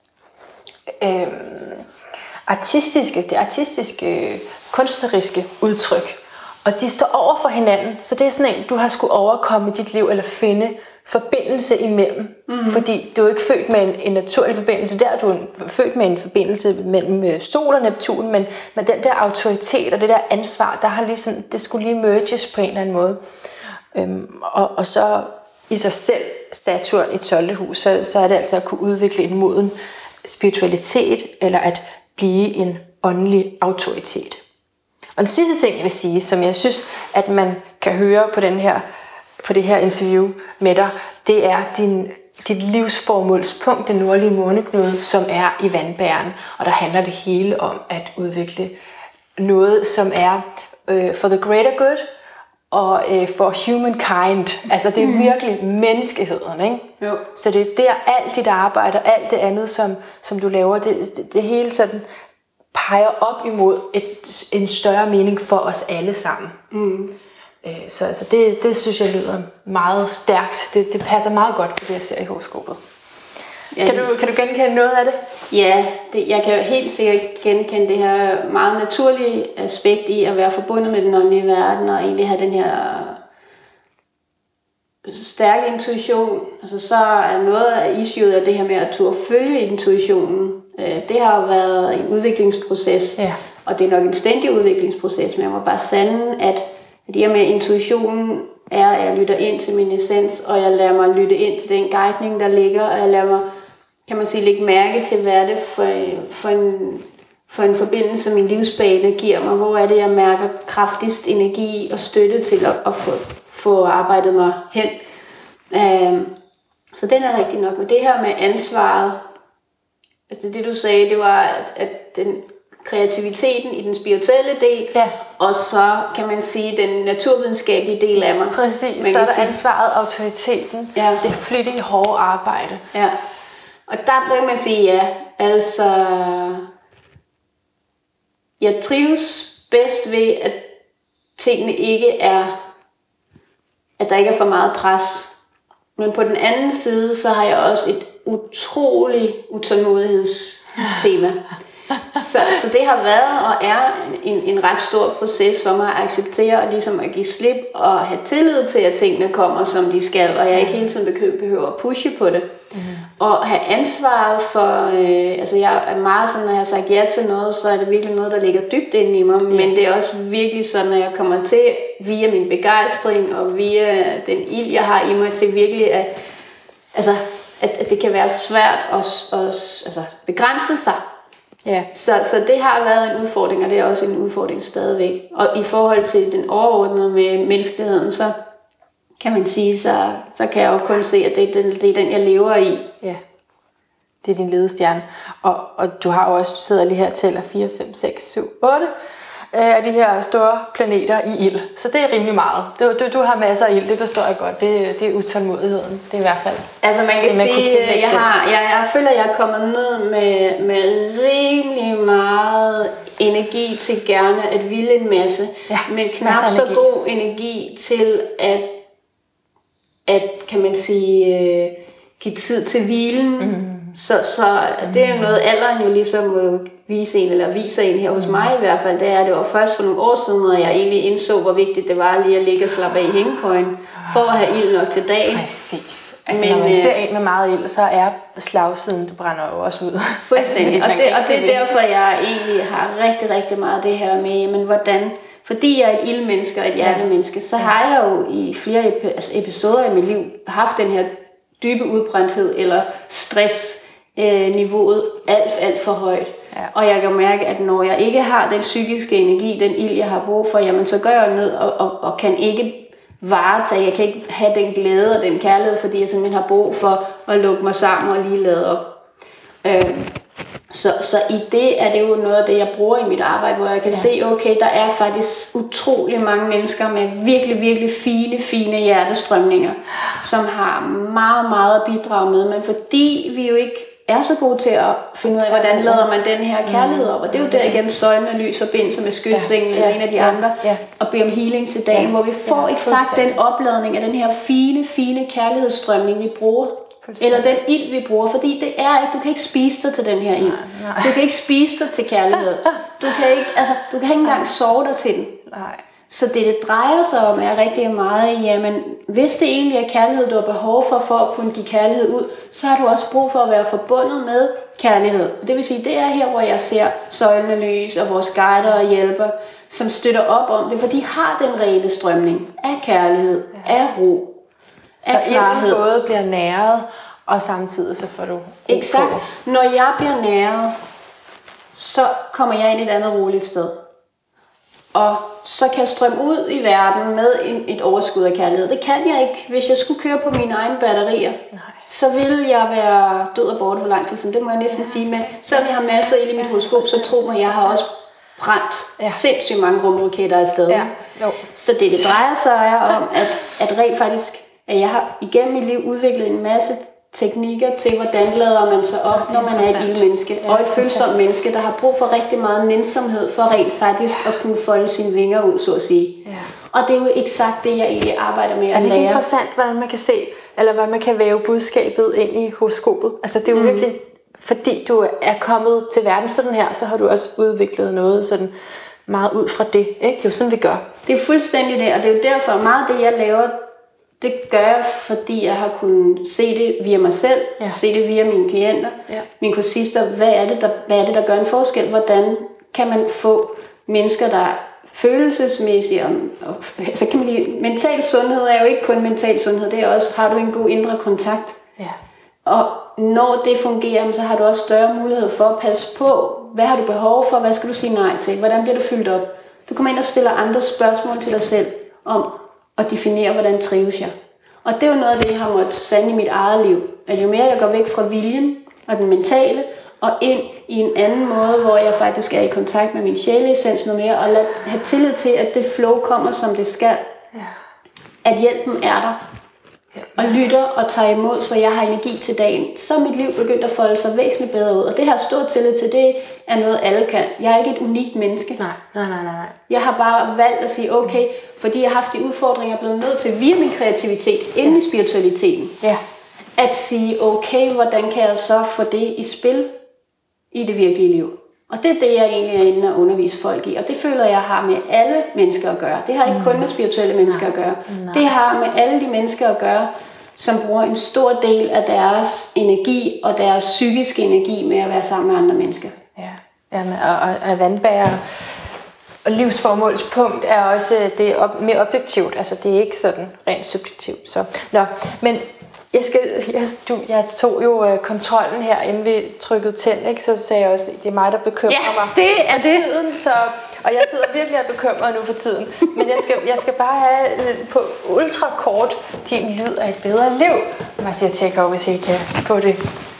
øh, artistiske, det artistiske, kunstneriske udtryk. Og de står over for hinanden, så det er sådan en, du har skulle overkomme i dit liv, eller finde forbindelse imellem. Mm-hmm. Fordi du er ikke født med en, en naturlig forbindelse der, du er født med en forbindelse mellem Sol og Neptun, men, men den der autoritet og det der ansvar, der har ligesom, det skulle lige merges på en eller anden måde. Øhm, og, og så i sig selv Saturn i tolvte hus, så, så er det altså at kunne udvikle en moden spiritualitet, eller at blive en åndelig autoritet. Og den sidste ting, jeg vil sige, som jeg synes, at man kan høre på, den her, på det her interview med dig, det er din, dit livsformålspunkt, den nordlige måneknude, som er i vandbæren. Og der handler det hele om at udvikle noget, som er øh, for the greater good og øh, for humankind. Altså det er virkelig menneskeheden, ikke? Jo. Så det er der alt dit arbejde og alt det andet, som, som du laver, det, det, det hele sådan peger op imod et, en større mening for os alle sammen. Mm. Så altså det, det synes jeg lyder meget stærkt. Det, det passer meget godt på det, jeg ser i horoskopet. Ja. Kan, du, kan du genkende noget af det? Ja, det, jeg kan helt sikkert genkende det her meget naturlige aspekt i at være forbundet med den åndelige verden, og egentlig have den her stærke intuition. Altså så er noget af issueet af det her med at turde følge intuitionen. Det har jo været en udviklingsproces, ja. Og det er nok en stændig udviklingsproces, men jeg må bare sande, at det her med intuitionen er, at jeg lytter ind til min essens, og jeg lader mig lytte ind til den guidning, der ligger, og jeg lader mig, kan man sige, lægge mærke til, hvad er det for, for, en, for en forbindelse, min livsbane giver mig. Hvor er det, jeg mærker kraftigst energi og støtte til at, at få, få arbejdet mig hen. Um, så den er rigtig nok. Men det her med ansvaret, altså det du sagde, det var, at, at den kreativiteten i den spirituelle del, ja. Og så kan man sige den naturvidenskabelige del af mig. Præcis, man så er der sige, ansvaret, autoriteten, ja. Det flittige, hårde arbejde. Ja, og der kan man sige ja, altså jeg trives bedst ved, at tingene ikke er, at der ikke er for meget pres. Men på den anden side, så har jeg også et utroligt utålmodighedstema. Så, så det har været og er en, en ret stor proces for mig at acceptere og ligesom at give slip og have tillid til, at tingene kommer, som de skal, og jeg ikke hele tiden behøver at pushe på det. Mm. Og have ansvaret for, øh, altså jeg er meget sådan, når jeg har sagt ja til noget, så er det virkelig noget, der ligger dybt inde i mig, mm. men det er også virkelig sådan, når jeg kommer til via min begejstring og via den ild, jeg har i mig til virkelig at, altså, at, at det kan være svært at, at altså, begrænse sig. Ja. Så, så det har været en udfordring, og det er også en udfordring stadigvæk. Og i forhold til den overordnede med menneskeligheden, så kan man sige, så, så kan jeg jo kun se, at det er, den, det er den, jeg lever i. Ja, det er din ledestjerne. Og, og du har jo også siddet lige her og tæller fire, fem, seks, syv, otte af de her store planeter i ild. Så det er rimelig meget. Du, du, du har masser af ild, det forstår jeg godt. Det, det er utålmodigheden. Det er i hvert fald. Altså man kan det, man sige, jeg, har, jeg, jeg føler, at jeg er kommet ned med, med rimelig meget energi til gerne at ville en masse. Ja, men knap så energi. God energi til at, at kan man sige, give tid til hvilen. Mm. Så, så det er jo noget, alderen jo ligesom må vise en, eller viser en her hos mig i hvert fald. Det er, det var først for nogle år siden, at jeg egentlig indså, hvor vigtigt det var lige at ligge og slappe af i hængekøjen, for at have ild nok til dagen. Præcis. Altså men, når man ser en med meget ild, så er slagsiden, du brænder jo også ud. Fuldstændig. Altså, og, det, og det er derfor, jeg egentlig har rigtig, rigtig meget det her med, jamen hvordan, fordi jeg er et ildmenneske og et hjertemenneske, så har jeg jo i flere episoder i mit liv haft den her dybe udbrændthed eller stress øh, niveauet alt, alt for højt. Ja. Og jeg kan mærke, at når jeg ikke har den psykiske energi, den ild, jeg har brug for, jamen så går jeg ned og, og, og kan ikke varetage, jeg kan ikke have den glæde og den kærlighed, fordi jeg simpelthen har brug for at lukke mig sammen og lige lade op. Øh, Så, så i det er det jo noget af det, jeg bruger i mit arbejde, hvor jeg kan ja. se, okay, der er faktisk utrolig mange mennesker med virkelig, virkelig fine, fine hjertestrømninger, som har meget, meget at bidrage med, men fordi vi jo ikke er så gode til at finde ud af, hvordan lader man den her kærlighed op, og det er jo der igen søjlen lys forbindelse med skytsengen eller ja, ja, en af de ja, andre, ja. og bede om healing til dagen, ja, hvor vi får ja, eksakt den opladning af den her fine, fine kærlighedsstrømning, vi bruger. Eller den ild, vi bruger, fordi det er ikke, du kan ikke spise dig til den her ild. Nej, nej. Du kan ikke spise dig til kærlighed. Du kan ikke, altså, du kan ikke engang sove dig til den. Nej. Så det, det drejer sig om, er rigtig meget, jamen, hvis det egentlig er kærlighed, du har behov for, for at kunne give kærlighed ud, så har du også brug for at være forbundet med kærlighed. Det vil sige, det er her, hvor jeg ser søjlene lys og vores guider og hjælper, som støtter op om det, for de har den rene strømning af kærlighed, ja. af ro. Så ilden både bliver næret, og samtidig så får du ro. Eksakt. Når jeg bliver næret, så kommer jeg ind i et andet roligt sted. Og så kan jeg strømme ud i verden med et overskud af kærlighed. Det kan jeg ikke, hvis jeg skulle køre på mine egne batterier. Nej. Så vil jeg være død og borte for lang tid siden. Det må jeg næsten sige med. Selvom jeg har masser af ild i mit horoskop, så tro mig, jeg har også brændt ja. sindssygt mange rumraketter afsted. Ja. Så det, det drejer sig om, at, at rent faktisk at jeg har igennem mit liv udviklet en masse teknikker til, hvordan lader man sig op, når man er et ildmenneske, ja, og et følsomt menneske, der har brug for rigtig meget nænsomhed for rent faktisk at kunne folde sine vinger ud, så at sige. Ja. Og det er jo eksakt det, jeg egentlig arbejder med at lære. Er det ikke interessant, hvordan man kan se, eller hvordan man kan væve budskabet ind i horoskopet? Altså det er jo mm. virkelig, fordi du er kommet til verden sådan her, så har du også udviklet noget sådan meget ud fra det, ikke? Det er jo sådan, vi gør. Det er fuldstændig det, og det er jo derfor meget det, jeg laver. Det gør jeg, fordi jeg har kunnet se det via mig selv, ja. se det via mine klienter, ja. mine kursister. Hvad er, det, der, hvad er det, der gør en forskel? Hvordan kan man få mennesker, der er følelsesmæssige, og, og så kan man lide, mental sundhed er jo ikke kun mental sundhed, det er også, har du en god indre kontakt. Ja. Og når det fungerer, så har du også større mulighed for at passe på, hvad har du behov for, hvad skal du sige nej til, hvordan bliver du fyldt op. Du kommer ind og stiller andre spørgsmål til dig selv om, og definere, hvordan trives jeg. Og det er jo noget af det, jeg har måttet sande i mit eget liv. At jo mere jeg går væk fra viljen og den mentale, og ind i en anden måde, hvor jeg faktisk er i kontakt med min sjæleessens noget mere, og lad, have tillid til, at det flow kommer, som det skal. Ja. At hjælpen er der, og lytter og tager imod, så jeg har energi til dagen. Så er mit liv begyndt at folde sig væsentligt bedre ud. Og det har stor tillid til, det er noget, alle kan. Jeg er ikke et unikt menneske. Nej, nej, nej, nej. Jeg har bare valgt at sige, okay, fordi jeg har haft de udfordringer, jeg er blevet nødt til via min kreativitet, inden ja. i spiritualiteten. Ja. At sige, okay, hvordan kan jeg så få det i spil i det virkelige liv? Og det er det, jeg egentlig er inde og undervise folk i. Og det føler jeg har med alle mennesker at gøre. Det har ikke kun med spirituelle mennesker at gøre. Nej. Det har med alle de mennesker at gøre, som bruger en stor del af deres energi og deres psykiske energi med at være sammen med andre mennesker. Ja, Jamen, og, og, og vandbærer og livsformålspunkt er også det er op, mere objektivt. Altså det er ikke sådan rent subjektivt. Så. Nå, men Jeg, skal, jeg, du, jeg tog jo øh, kontrollen her, inden vi trykkede tænd, ikke? Så sagde jeg også, det er mig, der bekymrer ja, mig det er for det. tiden. Så, og jeg sidder virkelig og bekymret nu for tiden. Men jeg skal, jeg skal bare have øh, på ultrakort din lyd af et bedre liv. Jeg siger, tjekke over, hvis I kan få det.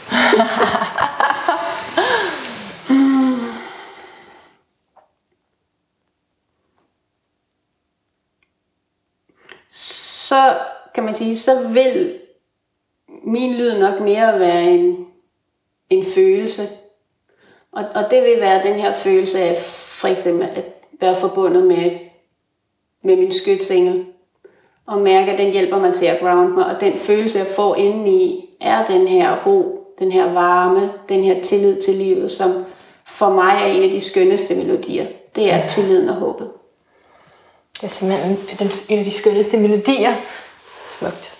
Så kan man sige, så vil min lyd nok mere være en, en følelse. Og, og det vil være den her følelse af for eksempel at være forbundet med, med min skytsengel. Og mærke, at den hjælper mig til at ground mig. Og den følelse, jeg får indeni, er den her ro, den her varme, den her tillid til livet, som for mig er en af de skønneste melodier. Det er tilliden og håbet. Det er simpelthen en af de skønneste melodier. Smukt.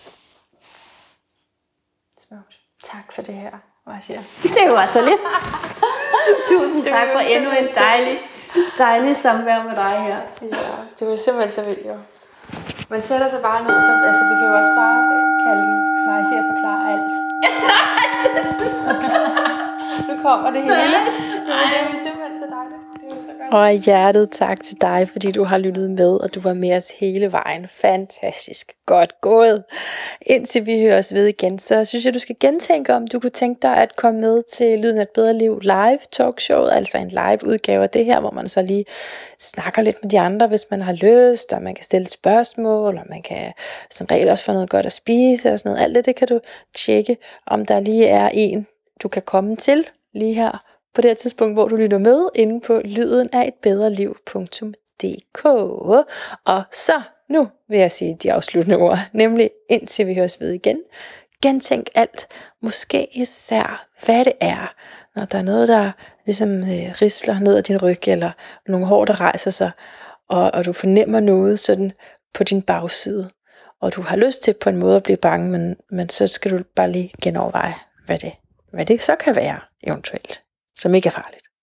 Smukt. Tak for det her, Marcia. Det var så lidt. Tusind tak for endnu en dejlig, dejlig samvær med dig her. Ja, det var simpelthen så vildt, jo. Man sætter sig bare ned, så altså, vi kan jo også bare kalde den Marcia og forklare alt. Nu kommer det hele. Ja, det er jo simpelthen så dejligt. Det er så godt. Og hjertet tak til dig, fordi du har lyttet med, og du var med os hele vejen. Fantastisk. Godt gået. Indtil vi høres ved igen, så synes jeg, du skal gentænke, om du kunne tænke dig at komme med til Lyden af et bedre liv live talkshow, altså en live udgave af det her, hvor man så lige snakker lidt med de andre, hvis man har lyst, og man kan stille spørgsmål, og man kan som regel også få noget godt at spise og sådan noget. Alt det, det kan du tjekke, om der lige er en, du kan komme til lige her på det her tidspunkt, hvor du lytter med, inde på lyden af et bedre liv punktum d k. Og så nu vil jeg sige de afsluttende ord, nemlig indtil vi høres ved igen. Gentænk alt, måske især hvad det er, når der er noget, der ligesom øh, risler ned ad din ryg, eller nogle hår, der rejser sig, og, og du fornemmer noget sådan på din bagside, og du har lyst til på en måde at blive bange, men, men så skal du bare lige genoverveje, hvad det, hvad det så kan være eventuelt, som ikke er farligt.